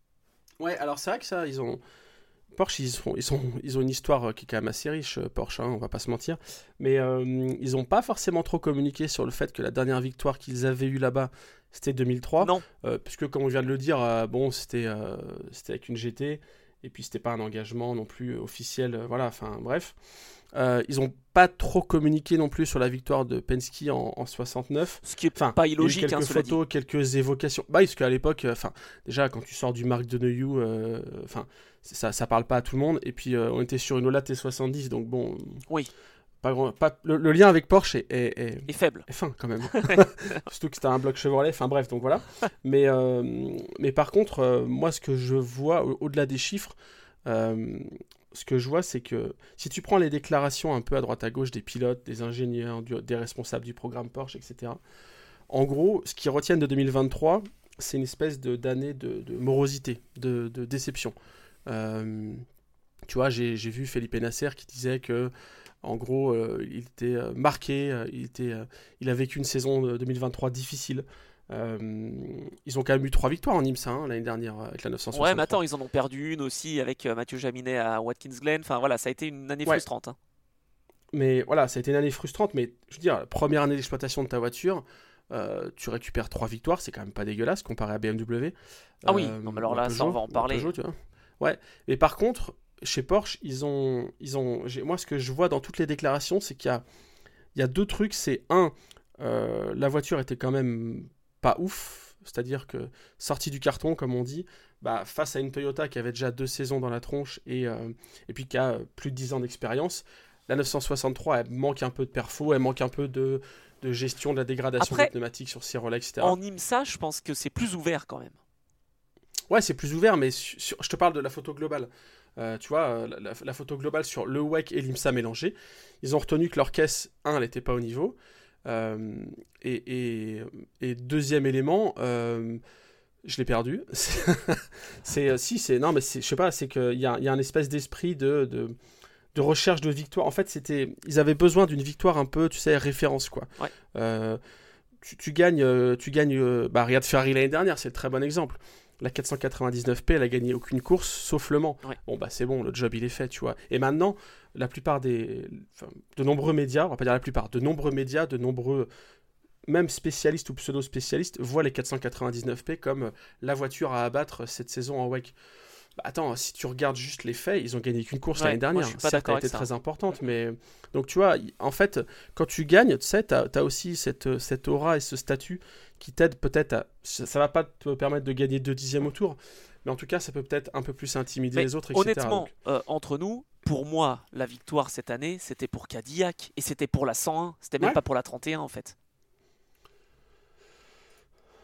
ouais, alors c'est vrai que ça, ils ont. Porsche, ils, sont, ils, sont, ils ont une histoire euh, qui est quand même assez riche, euh, Porsche, hein, on va pas se mentir. Mais euh, ils n'ont pas forcément trop communiqué sur le fait que la dernière victoire qu'ils avaient eue là-bas, c'était deux mille trois. Non, Euh, puisque, comme on vient de le dire, euh, bon, c'était euh, c'était avec une G T. Et puis, c'était pas un engagement non plus officiel. euh, voilà, enfin, bref. Euh, ils ont pas trop communiqué non plus sur la victoire de Penske en, en soixante-neuf. ce qui est Enfin, pas il y a eu illogique, hein, quelques cela dit. photos, quelques évocations. Bah, parce qu'à l'époque, euh, enfin, déjà, quand tu sors du Marc de Neuilly, euh, enfin, ça, ça parle pas à tout le monde. Et puis, euh, on était sur une Ola T soixante-dix, donc bon, Oui, pas grand, pas, le, le lien avec Porsche est, est, est- et faible. est fin quand même. Surtout que c'était un bloc Chevrolet. Enfin, bref, donc voilà. Mais, euh, mais par contre, euh, moi, ce que je vois, au- au-delà des chiffres, euh, ce que je vois, c'est que si tu prends les déclarations un peu à droite à gauche des pilotes, des ingénieurs, du- des responsables du programme Porsche, et cetera, en gros, ce qu'ils retiennent de deux mille vingt-trois, c'est une espèce de, d'année de, de morosité, de, de déception. Euh, Tu vois, j'ai, j'ai vu Felipe Nasser qui disait que, en gros, euh, il était euh, marqué, euh, il, était, euh, il a vécu une saison de deux mille vingt-trois difficile. Euh, Ils ont quand même eu trois victoires en IMSA hein, l'année dernière avec la Ouais, mais neuf cent soixante-trois. attends, ils en ont perdu une aussi avec euh, Mathieu Jaminet à Watkins Glen. Enfin voilà, ça a été une année Ouais, frustrante. Hein. mais voilà, ça a été une année frustrante, mais je veux dire, la première année d'exploitation de ta voiture, euh, tu récupères trois victoires, c'est quand même pas dégueulasse comparé à B M W Ah oui, euh, non mais alors ou à là, ça on Peugeot, va en ou à parler. Peugeot, tu vois. Ouais, mais par contre, chez Porsche, ils ont, ils ont, j'ai- moi ce que je vois dans toutes les déclarations, c'est qu'il y a, il y a deux trucs, c'est un, euh, la voiture était quand même pas ouf, c'est-à-dire que sortie du carton, comme on dit, bah, face à une Toyota qui avait déjà deux saisons dans la tronche et, euh, et puis qui a euh, plus de dix ans d'expérience, la neuf cent soixante-trois, elle manque un peu de perfo, elle manque un peu de, de gestion de la dégradation des Après, pneumatiques sur ces relais, et cetera. en IMSA, je pense que c'est plus ouvert quand même. Ouais, c'est plus ouvert, mais su- sur- je te parle de la photo globale. Euh, tu vois, euh, la, la- la photo globale sur le W E C et l'IMSA mélangés, ils ont retenu que leur caisse, un, elle n'était pas au niveau. Euh, et, et- et deuxième élément, euh, je l'ai perdu. C'est, euh, si, c'est, non, mais c'est, je sais pas, c'est qu'il y a, il y a un espèce d'esprit de, de, de recherche de victoire. En fait, c'était, ils avaient besoin d'une victoire un peu, tu sais, référence, quoi. Ouais. Euh, tu, tu gagnes, euh, tu gagnes euh, bah, regarde Ferrari l'année dernière, c'est le très bon exemple. La quatre cent quatre-vingt-dix-neuf P, elle a gagné aucune course sauf Le Mans. Ouais. Bon, bah c'est bon, le job il est fait, tu vois. Et maintenant, la plupart des. Enfin, de nombreux médias, on va pas dire la plupart, de nombreux médias, de nombreux. Même spécialistes ou pseudo-spécialistes voient les quatre cent quatre-vingt-dix-neuf P comme euh, la voiture à abattre cette saison en W E C. Bah, attends, si tu regardes juste les faits, ils ont gagné qu'une course Ouais, l'année moi dernière. je suis pas Certes, d'accord elle avec était ça. très importante, mais. Donc tu vois, y- en fait, quand tu gagnes, tu sais, tu as aussi cette, cette aura et ce statut qui t'aide peut-être à. Ça, ça va pas te permettre de gagner deux dixièmes au tour, mais en tout cas, ça peut peut-être un peu plus intimider Mais les autres, et cetera. honnêtement, Donc, euh, entre nous, pour moi, la victoire cette année, c'était pour Cadillac et c'était pour la cent un. C'était même ouais. pas pour la trente et un en fait.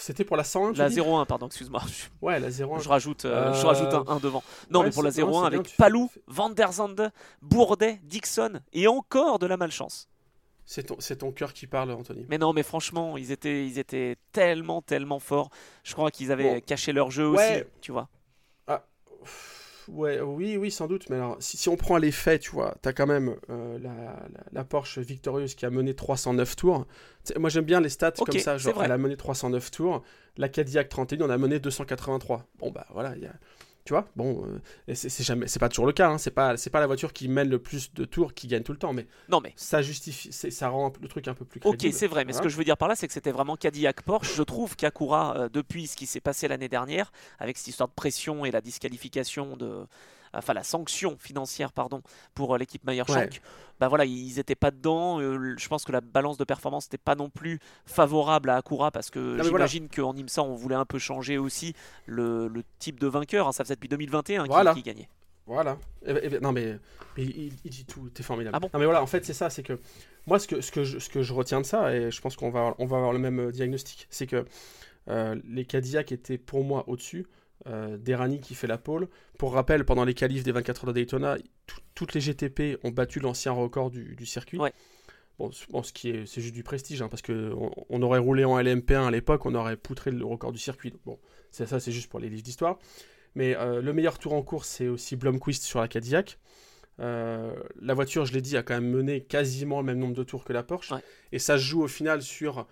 C'était pour la cent un, tu La dis? zéro un, pardon, excuse-moi. Ouais, la zéro un. Je rajoute, euh, Euh, je rajoute un, un devant. Non, Ouais, mais pour la c'est- non, zéro un c'est bien, avec tu fais- Palou, fais- Van der Zande, Bourdet, Dixon et encore de la malchance. C'est ton, c'est ton cœur qui parle, Anthony. Mais non, mais franchement, ils étaient, ils étaient tellement, tellement forts. Je crois qu'ils avaient Bon, caché leur jeu aussi, ouais, tu vois. ah, pff, ouais, oui, oui, sans doute. Mais alors, si, si on prend les faits, tu vois, t'as quand même euh, la, la- la Porsche victorieuse qui a mené trois cent neuf tours. Tu sais, moi, j'aime bien les stats Ok, comme ça. c'est Genre, vrai. elle a mené trois cent neuf tours. La Cadillac trente et un, on a mené deux cent quatre-vingt-trois. Bon, bah voilà, il y a. Tu vois, bon, euh, et c'est c'est jamais, c'est pas toujours le cas. Hein, c'est pas, c'est pas la voiture qui mène le plus de tours qui gagne tout le temps, mais Non, mais ça justifie, c'est- ça rend le truc un peu plus ok, crédible. c'est vrai. Mais ce que Voilà. je veux dire par là, c'est que c'était vraiment Cadillac Porsche. Je trouve qu'Acura, euh, depuis ce qui s'est passé l'année dernière, avec cette histoire de pression et la disqualification de. Enfin, la sanction financière, pardon, pour euh, l'équipe Ouais. Meyer-Shank, bah voilà, ils étaient pas dedans. Euh, je pense que la balance de performance n'était pas non plus favorable à Acura parce que Non mais voilà, j'imagine qu'en IMSA, on voulait un peu changer aussi le, le type de vainqueur. Hein. Ça faisait depuis deux mille vingt et un qui, voilà, qui gagnait. voilà. Eh ben- eh ben, non mais, mais il, il dit tout, t'es formidable. Ah bon? Non mais voilà, en fait c'est ça, c'est que moi ce que, ce que, je, ce que je retiens de ça, et je pense qu'on va, avoir- on va avoir le même euh, diagnostic, c'est que euh, les Cadillacs étaient pour moi au-dessus. Euh, Derani qui fait la pole. Pour rappel, pendant les qualifs des vingt-quatre heures de Daytona, tout- toutes les G T P ont battu l'ancien record du, du circuit. Ouais. Bon, c- bon, ce qui est, c'est juste du prestige, hein, parce que on, on aurait roulé en L M P un à l'époque, on aurait poutré le record du circuit. Donc, bon, c'est ça, c'est juste pour les livres d'histoire. Mais euh, le meilleur tour en course, c'est aussi Blomqvist sur la Cadillac. Euh, la voiture, je l'ai dit, a quand même mené quasiment le même nombre de tours que la Porsche. Ouais. Et ça se joue au final sur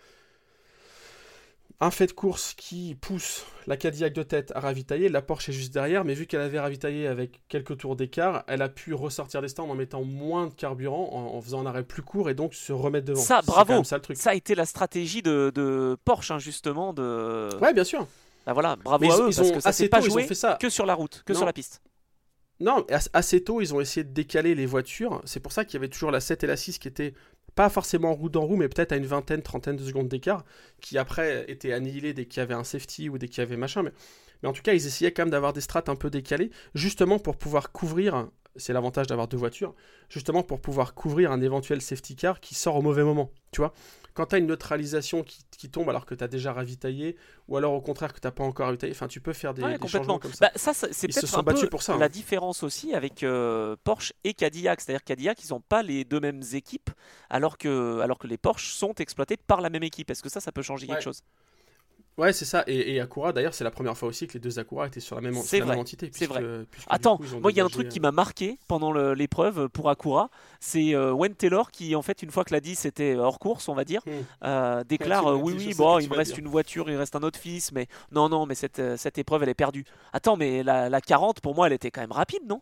un fait de course qui pousse la Cadillac de tête à ravitailler. La Porsche est juste derrière, mais vu qu'elle avait ravitaillé avec quelques tours d'écart, elle a pu ressortir des stands en mettant moins de carburant, en, en faisant un arrêt plus court et donc se remettre devant. Ça, C'est quand bravo. même ça le truc. Ça a été la stratégie de, de Porsche, hein, justement. De... Ouais, bien sûr. Bah voilà, bravo Mais à ils, eux, ils parce ont que ça assez s'est pas tôt, ils joué ont fait ça. que sur la route, que Non. sur la piste. Non, as- assez tôt, ils ont essayé de décaler les voitures. C'est pour ça qu'il y avait toujours la sept et la six qui étaient pas forcément roue dans roue, mais peut-être à une vingtaine, trentaine de secondes d'écart, qui après étaient annihilés dès qu'il y avait un safety ou dès qu'il y avait machin. Mais, mais en tout cas, ils essayaient quand même d'avoir des strates un peu décalées, justement pour pouvoir couvrir, c'est l'avantage d'avoir deux voitures, justement pour pouvoir couvrir un éventuel safety car qui sort au mauvais moment. Tu vois, quand tu as une neutralisation qui, qui tombe alors que tu as déjà ravitaillé, ou alors au contraire que tu n'as pas encore ravitaillé, enfin tu peux faire des, Ouais, des complètement. changements comme ça. Bah, ça, ça- c'est Ils se peut-être sont un peu battus pour ça, hein. la différence aussi avec euh, Porsche et Cadillac. C'est-à-dire Cadillac, ils n'ont pas les deux mêmes équipes, alors que, alors que les Porsche sont exploités par la même équipe. Est-ce que ça, ça peut changer Ouais. quelque chose? Ouais, c'est ça. Et, et Acura, d'ailleurs, c'est la première fois aussi que les deux Acura étaient sur la même, sur C'est la même vrai, entité. c'est puisque- vrai. puisque du Attends, coup, ils ont moi il y a un dégagé, truc qui euh, m'a marqué pendant le- l'épreuve pour Acura, c'est euh, Wayne Taylor qui en fait une fois que la dix était hors course on va dire, hmm. euh, déclare Ouais, euh, tu m'as oui dit, je oui sais bon que il tu me vas reste dire. une voiture, il reste un autre fils, mais non non mais cette, euh, cette épreuve elle est perdue. Attends mais la, la quarante pour moi elle était quand même rapide non?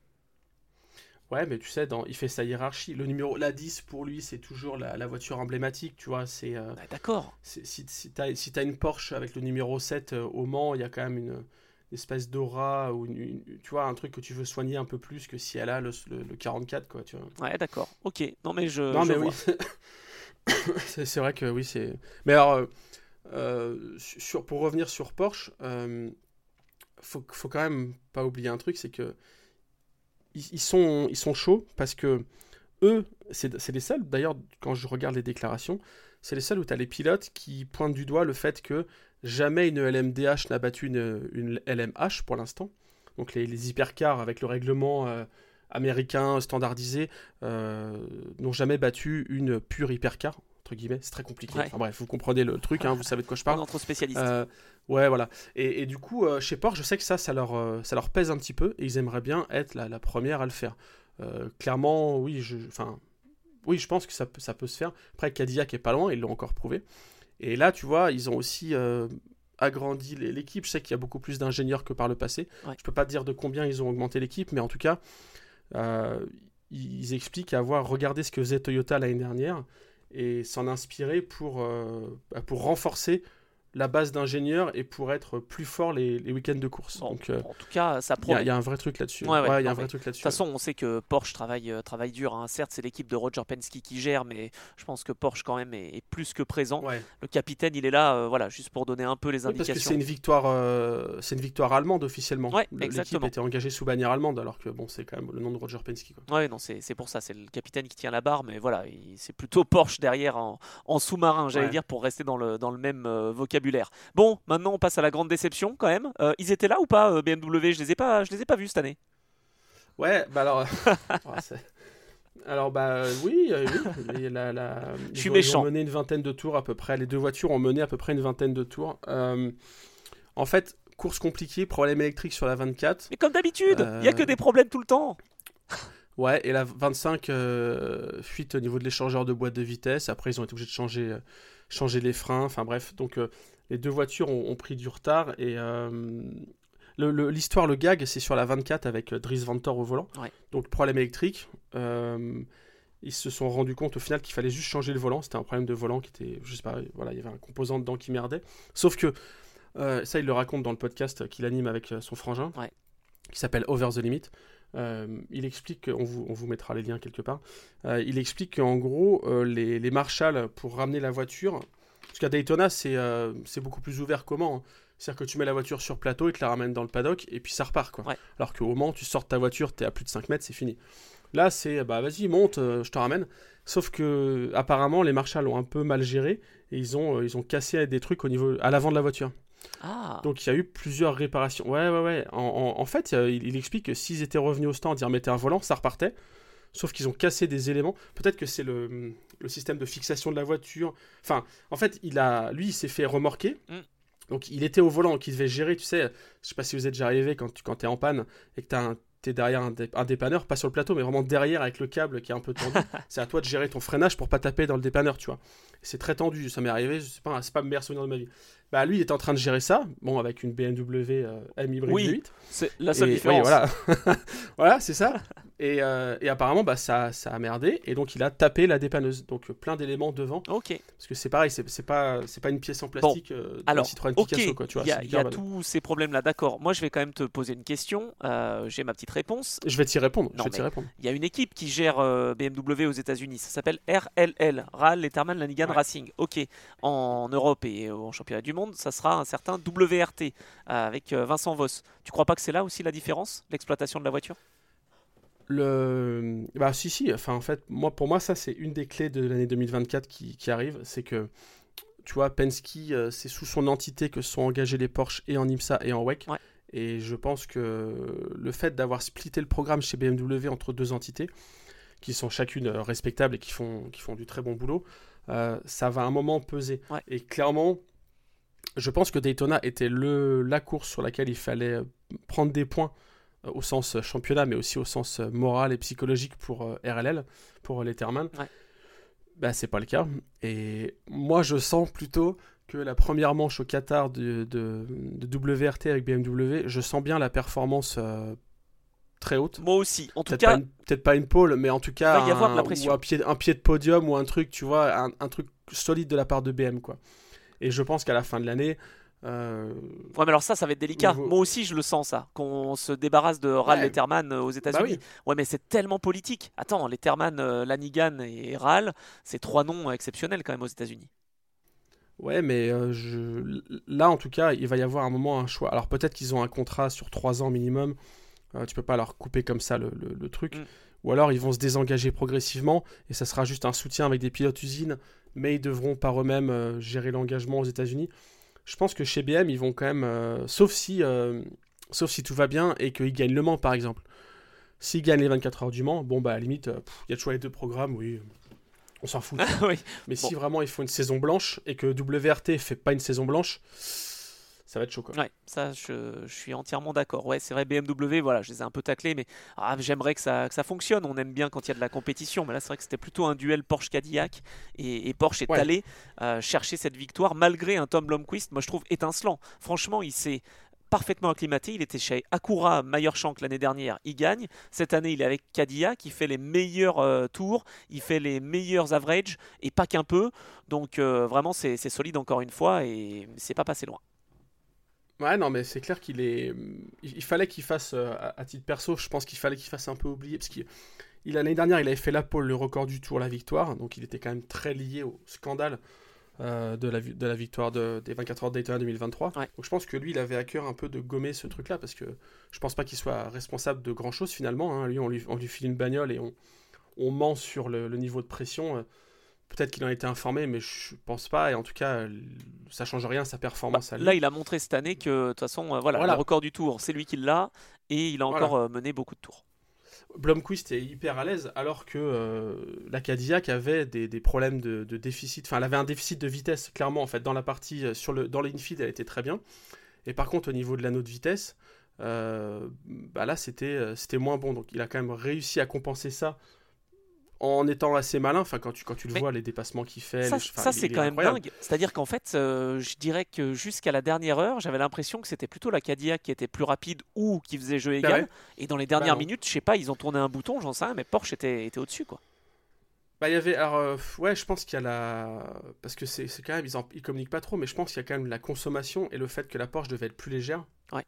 Ouais, mais tu sais, dans, il fait sa hiérarchie. Le numéro, la dix, pour lui, c'est toujours la, la voiture emblématique, tu vois. C'est, euh, Ouais, d'accord. c'est- si si tu as, si t'as une Porsche avec le numéro sept euh, au Mans, il y a quand même une, une espèce d'aura, ou une, une- tu vois, un truc que tu veux soigner un peu plus que si elle a le, le, le quarante-quatre, quoi, tu vois. Ouais d'accord. Ok. Non mais je, Non, je mais vois. oui. c'est c'est vrai que oui, c'est. Mais alors, euh, euh, sur, pour revenir sur Porsche, euh, faut, faut quand même pas oublier un truc, c'est que ils, ils sont, ils sont chauds parce que eux, c'est c'est les seuls, d'ailleurs, quand je regarde les déclarations, c'est les seuls où tu as les pilotes qui pointent du doigt le fait que jamais une L M D H n'a battu une, une L M H pour l'instant. Donc les, les hypercars avec le règlement euh, américain standardisé euh, n'ont jamais battu une pure hypercar, entre guillemets. C'est très compliqué. Ouais. Enfin bref, vous comprenez le truc, hein, vous savez de quoi je On parle. est entre spécialistes. Euh, ouais, voilà. Et, et du coup, euh, chez Porsche, je sais que ça, ça leur, euh, ça leur pèse un petit peu et ils aimeraient bien être la, la première à le faire. Euh, clairement, oui, je, enfin, oui, je pense que ça, peut- ça peut se faire. Après, Cadillac est pas loin, ils l'ont encore prouvé. Et là, tu vois, ils ont aussi euh, agrandi l'é- l'équipe. Je sais qu'il y a beaucoup plus d'ingénieurs que par le passé. Ouais. Je peux pas te dire de combien ils ont augmenté l'équipe, mais en tout cas, euh, ils expliquent avoir regardé ce que faisait Toyota l'année dernière et s'en inspirer pour, euh, bah, pour renforcer la base d'ingénieurs et pour être plus fort les, les week-ends de course. Bon, Donc, euh, en tout cas ça il y, promet. a- il y a un vrai truc là-dessus. Ouais, ouais, il y a non, un vrai mais truc de là-dessus. toute façon, on sait que Porsche travaille, euh, travaille dur. Hein. Certes, c'est l'équipe de Roger Penske qui gère, mais je pense que Porsche quand même est, est plus que présent. Ouais. Le capitaine, il est là, euh, voilà, juste pour donner un peu les Oui, parce que indications. c'est une victoire, euh, c'est une victoire allemande officiellement. Ouais, Le- L'équipe exactement. était engagée sous bannière allemande, alors que bon, c'est quand même le nom de Roger Penske, quoi. Ouais, non, c'est c'est pour ça, c'est le capitaine qui tient la barre, mais voilà, il- c'est plutôt Porsche derrière en, en sous-marin, j'allais Ouais. dire, pour rester dans le, dans le même euh, vocabulaire. vocabulaire. Bon, maintenant on passe à la grande déception quand même. Euh, ils étaient là ou pas, euh, B M W? Je les ai pas, je les ai pas vus cette année. Ouais, bah alors. oh, c'est- alors, bah oui, euh, oui. et la- la- Je suis Ils ont, ils ont méchant. mené une vingtaine de tours à peu près. Les deux voitures ont mené à peu près une vingtaine de tours. Euh, en fait, course compliquée, problème électrique sur la vingt-quatre. Mais comme d'habitude, il y a que Euh, des problèmes tout le temps. Ouais, et la vingt-cinq, euh, fuite au niveau de l'échangeur de boîte de vitesse. Après, ils ont été obligés de changer, euh, changer les freins. Enfin bref, donc euh, les deux voitures ont, ont pris du retard. Et euh, le- le- l'histoire, le gag, c'est sur la vingt-quatre avec euh, Dries Vanthoor au volant. Ouais. Donc problème électrique. Euh, ils se sont rendus compte au final qu'il fallait juste changer le volant. C'était un problème de volant qui était, je sais pas, voilà, il y avait un composant dedans qui merdait. Sauf que euh, ça, il le raconte dans le podcast qu'il anime avec euh, son frangin, Ouais. qui s'appelle Over the Limit. Euh, il explique, on vous, on vous mettra les liens quelque part, euh, il explique qu'en gros, euh, les, les marshals, pour ramener la voiture, parce qu'à Daytona, c'est euh, c'est beaucoup plus ouvert qu'au Mans, hein. C'est-à-dire que tu mets la voiture sur plateau, ils te la ramènent dans le paddock, et puis ça repart, quoi. Ouais. Alors qu'au Mans, tu sors ta voiture, t'es à plus de cinq mètres, c'est fini. Là, c'est, bah vas-y, monte, euh, je te ramène. Sauf que, apparemment, les marshals ont un peu mal géré, et ils ont, euh, ils ont cassé des trucs au niveau, à l'avant de la voiture. Ah. Donc il y a eu plusieurs réparations. Ouais, ouais, ouais. En, en- en fait, euh, il, il explique que s'ils étaient revenus au stand, ils remettaient un volant, ça repartait. Sauf qu'ils ont cassé des éléments. Peut-être que c'est le, le système de fixation de la voiture. Enfin, en fait, il a, lui, il s'est fait remorquer. Mm. Donc il était au volant, donc il devait gérer, tu sais. Je sais pas si vous êtes déjà arrivé quand tu quand t'es en panne et que t'as un t'es derrière un, dé- un dépanneur, pas sur le plateau, mais vraiment derrière avec le câble qui est un peu tendu. C'est à toi de gérer ton freinage pour pas taper dans le dépanneur, tu vois. C'est très tendu, ça m'est arrivé, je sais pas, c'est pas le meilleur souvenir de ma vie. Bah lui, il était en train de gérer ça, bon, avec une B M W euh, M Hybrid Oui. V huit. C'est la seule Et- différence. oui, voilà, voilà, c'est ça. Et, euh, et apparemment, bah, ça, ça a merdé, et donc il a tapé la dépanneuse. Donc euh, plein d'éléments devant, Ok. parce que c'est pareil, c'est c'est pas, c'est pas une pièce en plastique euh, de la Alors, Citroën ok, Picasso, quoi, tu vois. il y a, c'est du il y a carbone. tous ces problèmes-là, d'accord. Moi, je vais quand même te poser une question. Euh, J'ai ma petite réponse. Je vais t'y répondre, Non, je vais t'y mais- répondre. Il y a une équipe qui gère euh, B M W aux États-Unis. Ça s'appelle R L L, Ral Letterman Lanigan Ouais. Racing. Ok. En Europe et en championnat du monde, ça sera un certain W R T euh, avec euh, Vincent Voss. Tu crois pas que c'est là aussi la différence, l'exploitation de la voiture? Le... Bah si, si, enfin en fait, moi, pour moi, ça c'est une des clés de l'année deux mille vingt-quatre qui, qui arrive, c'est que, tu vois, Penske, euh, c'est sous son entité que sont engagés les Porsche et en IMSA et en W E C, Ouais. et je pense que le fait d'avoir splitté le programme chez B M W entre deux entités, qui sont chacune euh, respectables et qui font, qui font du très bon boulot, euh, ça va à un moment peser. Ouais. Et clairement, je pense que Daytona était le, la course sur laquelle il fallait euh, prendre des points euh, au sens euh, championnat, mais aussi au sens euh, moral et psychologique pour euh, R L L, pour euh, Letterman. Ouais. Bah, c'est pas le cas. Et moi, je sens plutôt que la première manche au Qatar de, de, de W R T avec B M W, je sens bien la performance euh, très haute. Moi aussi. En tout Peut-être cas, pas, une- peut-être pas une pole, mais en tout cas, va y avoir un, de la pression. ou un, pied, un pied de podium ou un truc, tu vois, un, un truc solide de la part de B M, quoi. Et je pense qu'à la fin de l'année, euh, ouais, mais alors ça, ça va être délicat. Niveau- Moi aussi, je le sens ça, qu'on se débarrasse de Ral Ouais. Letterman euh, aux États-Unis. Bah oui. Ouais, mais c'est tellement politique. Attends, Letterman, euh, Lanigan et Ral, c'est trois noms exceptionnels quand même aux États-Unis. Ouais, mais euh, je... là, en tout cas, il va y avoir un moment un choix. Alors peut-être qu'ils ont un contrat sur trois ans minimum. Euh, tu peux pas leur couper comme ça le, le- le truc. Mm. Ou alors ils vont se désengager progressivement et ça sera juste un soutien avec des pilotes usines, mais ils devront par eux-mêmes euh, gérer l'engagement aux États-Unis. Je pense que chez B M, ils vont quand même, euh, sauf si, euh, sauf si tout va bien et qu'ils gagnent Le Mans par exemple. S'ils gagnent les vingt-quatre heures du Mans, bon bah à la limite, euh, pff, il y a toujours les deux programmes, oui, on s'en fout. Oui. Mais Bon. si vraiment ils font une saison blanche et que W R T fait pas une saison blanche, ça va être chaud, quoi. Ouais, ça, je, je suis entièrement d'accord. Ouais, c'est vrai, B M W, voilà, je les ai un peu taclés, mais ah, j'aimerais que ça, que ça fonctionne. On aime bien quand il y a de la compétition, mais là, c'est vrai que c'était plutôt un duel Porsche-Cadillac et, et Porsche est Ouais. allé euh, chercher cette victoire malgré un Tom Blomqvist, moi je trouve étincelant. Franchement, il s'est parfaitement acclimaté. Il était chez Acura Meyershank l'année dernière, il gagne. Cette année, il est avec Cadillac, il fait les meilleurs euh, tours, il fait les meilleurs averages et pas qu'un peu. Donc euh, vraiment, c'est c'est solide encore une fois et c'est pas passé loin. Ouais, non, mais c'est clair qu'il est. Il il fallait qu'il fasse, euh, à à titre perso, je pense qu'il fallait qu'il fasse un peu oublier. Parce qu'il il, l'année dernière, il avait fait la pole, le record du tour, la victoire. Donc il était quand même très lié au scandale euh, de, la, vi- de la victoire de- des vingt-quatre heures de Daytona deux mille vingt-trois. Ouais. Donc je pense que lui, il avait à cœur un peu de gommer ce truc-là. Parce que je pense pas qu'il soit responsable de grand-chose finalement, hein. Lui, on lui, on lui file une bagnole et on, on ment sur le, le niveau de pression. euh, peut-être qu'il en a été informé, mais je pense pas. Et en tout cas, ça change rien à sa performance. Bah, à lui. là, il a montré cette année que, de toute façon, euh, voilà, Voilà. le record du tour, c'est lui qui l'a, et il a encore Voilà. euh, mené beaucoup de tours. Blomqvist est hyper à l'aise, alors que euh, la Cadillac avait des, des problèmes de, de déficit. Enfin, elle avait un déficit de vitesse, clairement, en fait, dans la partie, euh, sur le, dans l'infield, elle était très bien. Et par contre, au niveau de l'anneau de vitesse, euh, bah là, c'était, euh, c'était moins bon. Donc, il a quand même réussi à compenser ça en étant assez malin. Enfin, quand tu, quand tu le Mais vois, les dépassements qu'il fait, Ça, les, c- enfin, ça il, c'est il est quand même incroyable. dingue. C'est-à-dire qu'en fait, euh, je dirais que jusqu'à la dernière heure, j'avais l'impression que c'était plutôt la Cadillac qui était plus rapide ou qui faisait jeu Bah égal. ouais, Et dans les bah dernières non. minutes, je sais pas, ils ont tourné un bouton, j'en sais rien, mais Porsche était, était au-dessus, quoi. Bah, il y avait, alors, euh, ouais, je pense qu'il y a la, parce que c'est, c'est quand même, ils, en, ils communiquent pas trop, mais je pense qu'il y a quand même la consommation et le fait que la Porsche devait être plus légère. Ouais.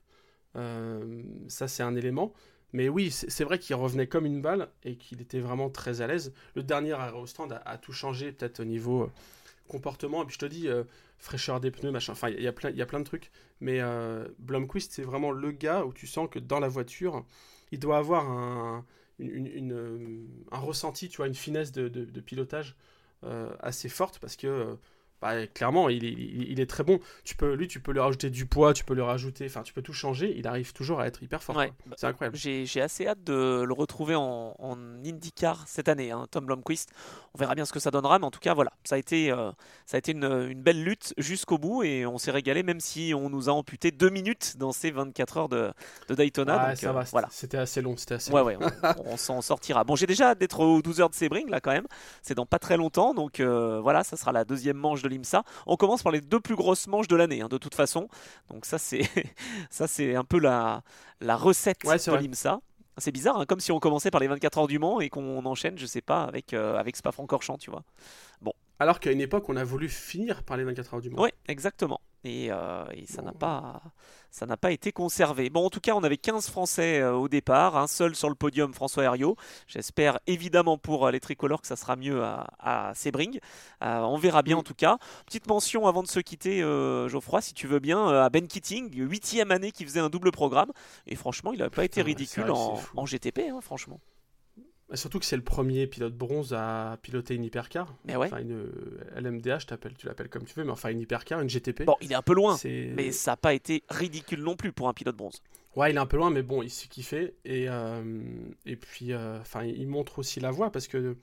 Euh, ça, c'est un élément. Mais oui, c'est, c'est vrai qu'il revenait comme une balle et qu'il était vraiment très à l'aise. Le dernier arrêt au stand a, a tout changé, peut-être au niveau euh, comportement. Et puis je te dis, euh, fraîcheur des pneus, machin. Enfin, il y, a plein, il y a plein de trucs. Mais euh, Blomqvist, c'est vraiment le gars où tu sens que dans la voiture, il doit avoir un, une, une- une, euh, un ressenti, tu vois, une finesse de, de- de pilotage euh, assez forte parce que. euh, bah, clairement, il est, il, il est très bon. Tu peux, lui, tu peux lui rajouter du poids, tu peux lui rajouter, enfin, tu peux tout changer. Il arrive toujours à être hyper fort, Ouais. quoi. Bah, C'est incroyable. J'ai, j'ai assez hâte de le retrouver en, en IndyCar cette année, hein, Tom Blomqvist. On verra bien ce que ça donnera, mais en tout cas, voilà, ça a été, euh, ça a été une, une belle lutte jusqu'au bout et on s'est régalé, même si on nous a amputé deux minutes dans ces vingt-quatre heures de, de Daytona. Ouais, Donc ça euh, va, c'était voilà. c'était assez long, c'était assez Ouais, long. ouais, on, on s'en sortira. Bon, j'ai déjà hâte d'être aux douze heures de Sebring, là, quand même. C'est dans pas très longtemps, donc euh, voilà, ça sera la deuxième manche de l'IMSA. On commence par les deux plus grosses manches de l'année, hein, de toute façon. Donc ça, c'est ça, c'est un peu la, la recette Ouais, c'est de vrai. l'IMSA. C'est bizarre, hein, comme si on commençait par les vingt-quatre heures du Mans et qu'on enchaîne, je sais pas, avec, euh, avec Spa-Francorchamps, tu vois. Bon, Alors qu'à une époque, on a voulu finir par les vingt-quatre heures du Mans. ouais, exactement. Et, euh, et ça n'a Bon. pas, ça n'a pas été conservé. Bon, en tout cas, on avait quinze Français euh, au départ, un seul sur le podium, François Herriot. J'espère évidemment pour euh, les tricolores que ça sera mieux à, à Sebring. Euh, on verra bien Mm. en tout cas. Petite mention avant de se quitter, euh, Geoffroy, si tu veux bien, euh, à Ben Keating, huitième année qui faisait un double programme. Et franchement, il n'a pas été Putain, ouais, c'est ridicule vrai que c'est en, fou. en G T P, hein, franchement. Et surtout que c'est le premier pilote bronze à piloter une hypercar. Mais ouais. Enfin, une euh, L M D H, t'appelles- tu l'appelles comme tu veux, mais enfin une hypercar, une G T P. Bon, il est un peu loin, C'est... mais ça n'a pas été ridicule non plus pour un pilote bronze. Ouais, il est un peu loin, mais bon, il sait kiffer. Et, euh, et puis, euh, enfin, il montre aussi la voie parce que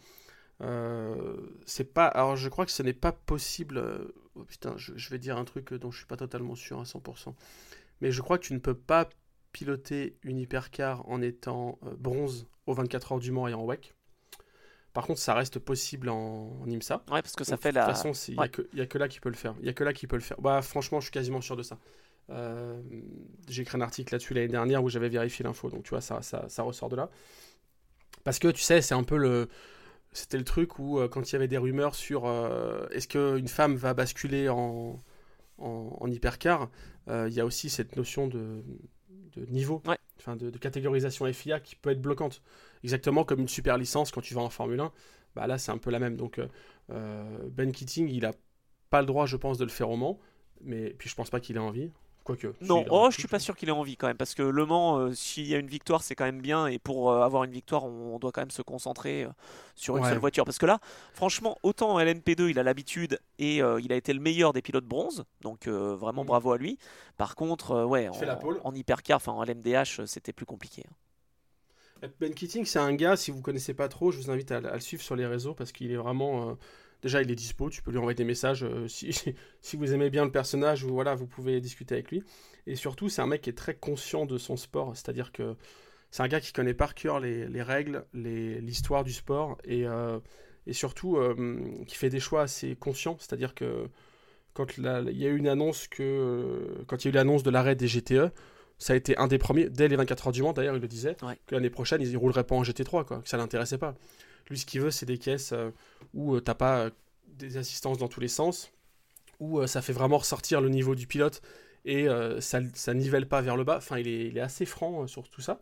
euh, c'est pas. Alors, je crois que ce n'est pas possible. euh, Oh putain, je, je vais dire un truc dont je suis pas totalement sûr à cent pour cent. Mais je crois que tu ne peux pas piloter une hypercar en étant euh, bronze aux vingt-quatre heures du Mans et en W E C. Par contre, ça reste possible en, en IMSA. Ouais, parce que ça Donc, fait de toute la. façon, il n'y Ouais. a, que- y a que là qui peut le faire. Il y a que là qui peut le faire. Bah, franchement, je suis quasiment sûr de ça. Euh, j'ai écrit un article là-dessus l'année dernière où j'avais vérifié l'info. Donc, tu vois, ça, ça, ça ressort de là. Parce que, tu sais, c'est un peu le... C'était le truc où, euh, quand il y avait des rumeurs sur euh, est-ce qu'une femme va basculer en, en, en hypercar, euh, il y a aussi cette notion de, de niveau, Ouais. enfin de, de catégorisation F I A qui peut être bloquante. Exactement comme une super licence quand tu vas en Formule un, bah là c'est un peu la même. Donc euh, euh, Ben Keating, il a pas le droit, je pense, de le faire au Mans, mais puis je pense pas qu'il ait envie. Quoique. si, Non, il aurait oh, pu, je suis tu pas vois. sûr qu'il ait envie quand même, parce que Le Mans, euh, s'il y a une victoire, c'est quand même bien, et pour euh, avoir une victoire, on, on doit quand même se concentrer euh, sur une Ouais. seule voiture. Parce que là, franchement, autant en L M P deux, il a l'habitude et euh, il a été le meilleur des pilotes bronze, donc euh, vraiment Mm. bravo à lui. Par contre, euh, ouais, Il fait la en, pole. en hypercar, enfin en L M D H, euh, c'était plus compliqué, hein. Ben Keating, c'est un gars, si vous connaissez pas trop, je vous invite à, à le suivre sur les réseaux parce qu'il est vraiment. euh, Déjà, il est dispo, tu peux lui envoyer des messages euh, si, si vous aimez bien le personnage, ou voilà, vous pouvez discuter avec lui. Et surtout, c'est un mec qui est très conscient de son sport, c'est-à-dire que c'est un gars qui connaît par cœur les, les règles, les- l'histoire du sport, et, euh, et surtout euh, qui fait des choix assez conscients, c'est-à-dire que quand la- il y a eu une annonce que euh, quand il y a eu l'annonce de l'arrêt des G T E, ça a été un des premiers, dès les vingt-quatre heures du Mans d'ailleurs, il le disait, Ouais. que l'année prochaine, ils ne rouleraient pas en G T trois, quoi, que ça l'intéressait pas. Lui, ce qu'il veut, c'est des caisses euh, où euh, t'as pas euh, des assistances dans tous les sens, où euh, ça fait vraiment ressortir le niveau du pilote et euh, ça, ça nivelle pas vers le bas. Enfin, il est, il est assez franc euh, sur tout ça.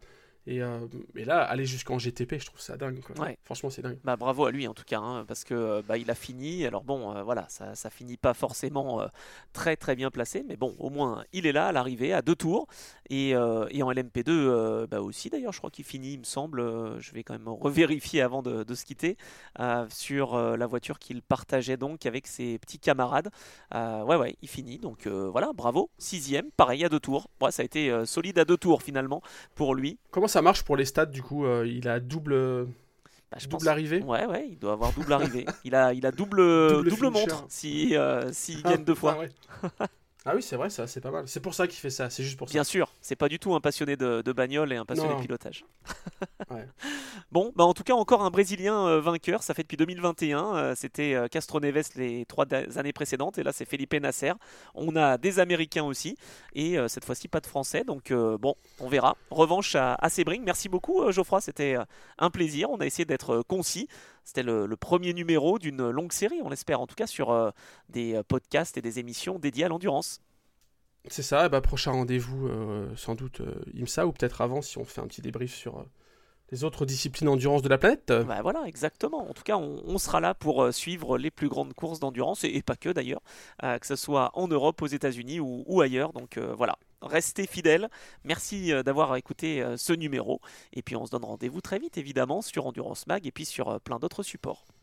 Et, euh, et là, aller jusqu'en G T P, je trouve ça dingue, quoi. Ouais. Franchement, c'est dingue. Bah, bravo à lui en tout cas, hein, parce que bah, il a fini. Alors bon, euh, voilà, ça, ça finit pas forcément euh, très très bien placé, mais bon, au moins il est là à l'arrivée à deux tours. Et, euh, et en L M P deux euh, bah aussi d'ailleurs, je crois qu'il finit, il me semble. euh, je vais quand même revérifier avant de, de se quitter euh, sur euh, la voiture qu'il partageait donc avec ses petits camarades. Euh, ouais, ouais, il finit. Donc euh, voilà, bravo, sixième, pareil à deux tours. Ouais, ça a été euh, solide à deux tours finalement pour lui. Comment ça marche pour les stats, du coup? Euh, il a double, Bah, je double pense. arrivée? Ouais, ouais, il doit avoir double arrivée. Il a, il a double, Double double finisher. montre si, euh, s'il Ah, gagne deux putain, fois. ouais. Ah oui, c'est vrai, ça, c'est pas mal. C'est pour ça qu'il fait ça, c'est juste pour ça. Bien sûr, c'est pas du tout un passionné de, de bagnole et un passionné de Non, pilotage. ouais. Bon, bah en tout cas, encore un Brésilien euh, vainqueur. Ça fait depuis deux mille vingt et un. euh, c'était euh, Castro Neves les trois da- années précédentes. Et là, c'est Felipe Nasser. On a des Américains aussi. Et euh, cette fois-ci, pas de Français. Donc, euh, bon, on verra. Revanche à, à Sebring. Merci beaucoup, euh, Geoffroy. C'était euh, un plaisir. On a essayé d'être euh, concis. C'était le, le premier numéro d'une longue série, on l'espère, en tout cas, sur euh, des euh, podcasts et des émissions dédiées à l'endurance. C'est ça, et bah, prochain rendez-vous, euh, sans doute euh, IMSA, ou peut-être avant si on fait un petit débrief sur euh, les autres disciplines d'endurance de la planète. Bah voilà, exactement. En tout cas, on, on sera là pour euh, suivre les plus grandes courses d'endurance, et, et pas que d'ailleurs, euh, que ce soit en Europe, aux États-Unis ou, ou ailleurs. Donc euh, voilà, restez fidèles. Merci euh, d'avoir écouté euh, ce numéro. Et puis on se donne rendez-vous très vite, évidemment, sur Endurance Mag et puis sur euh, plein d'autres supports.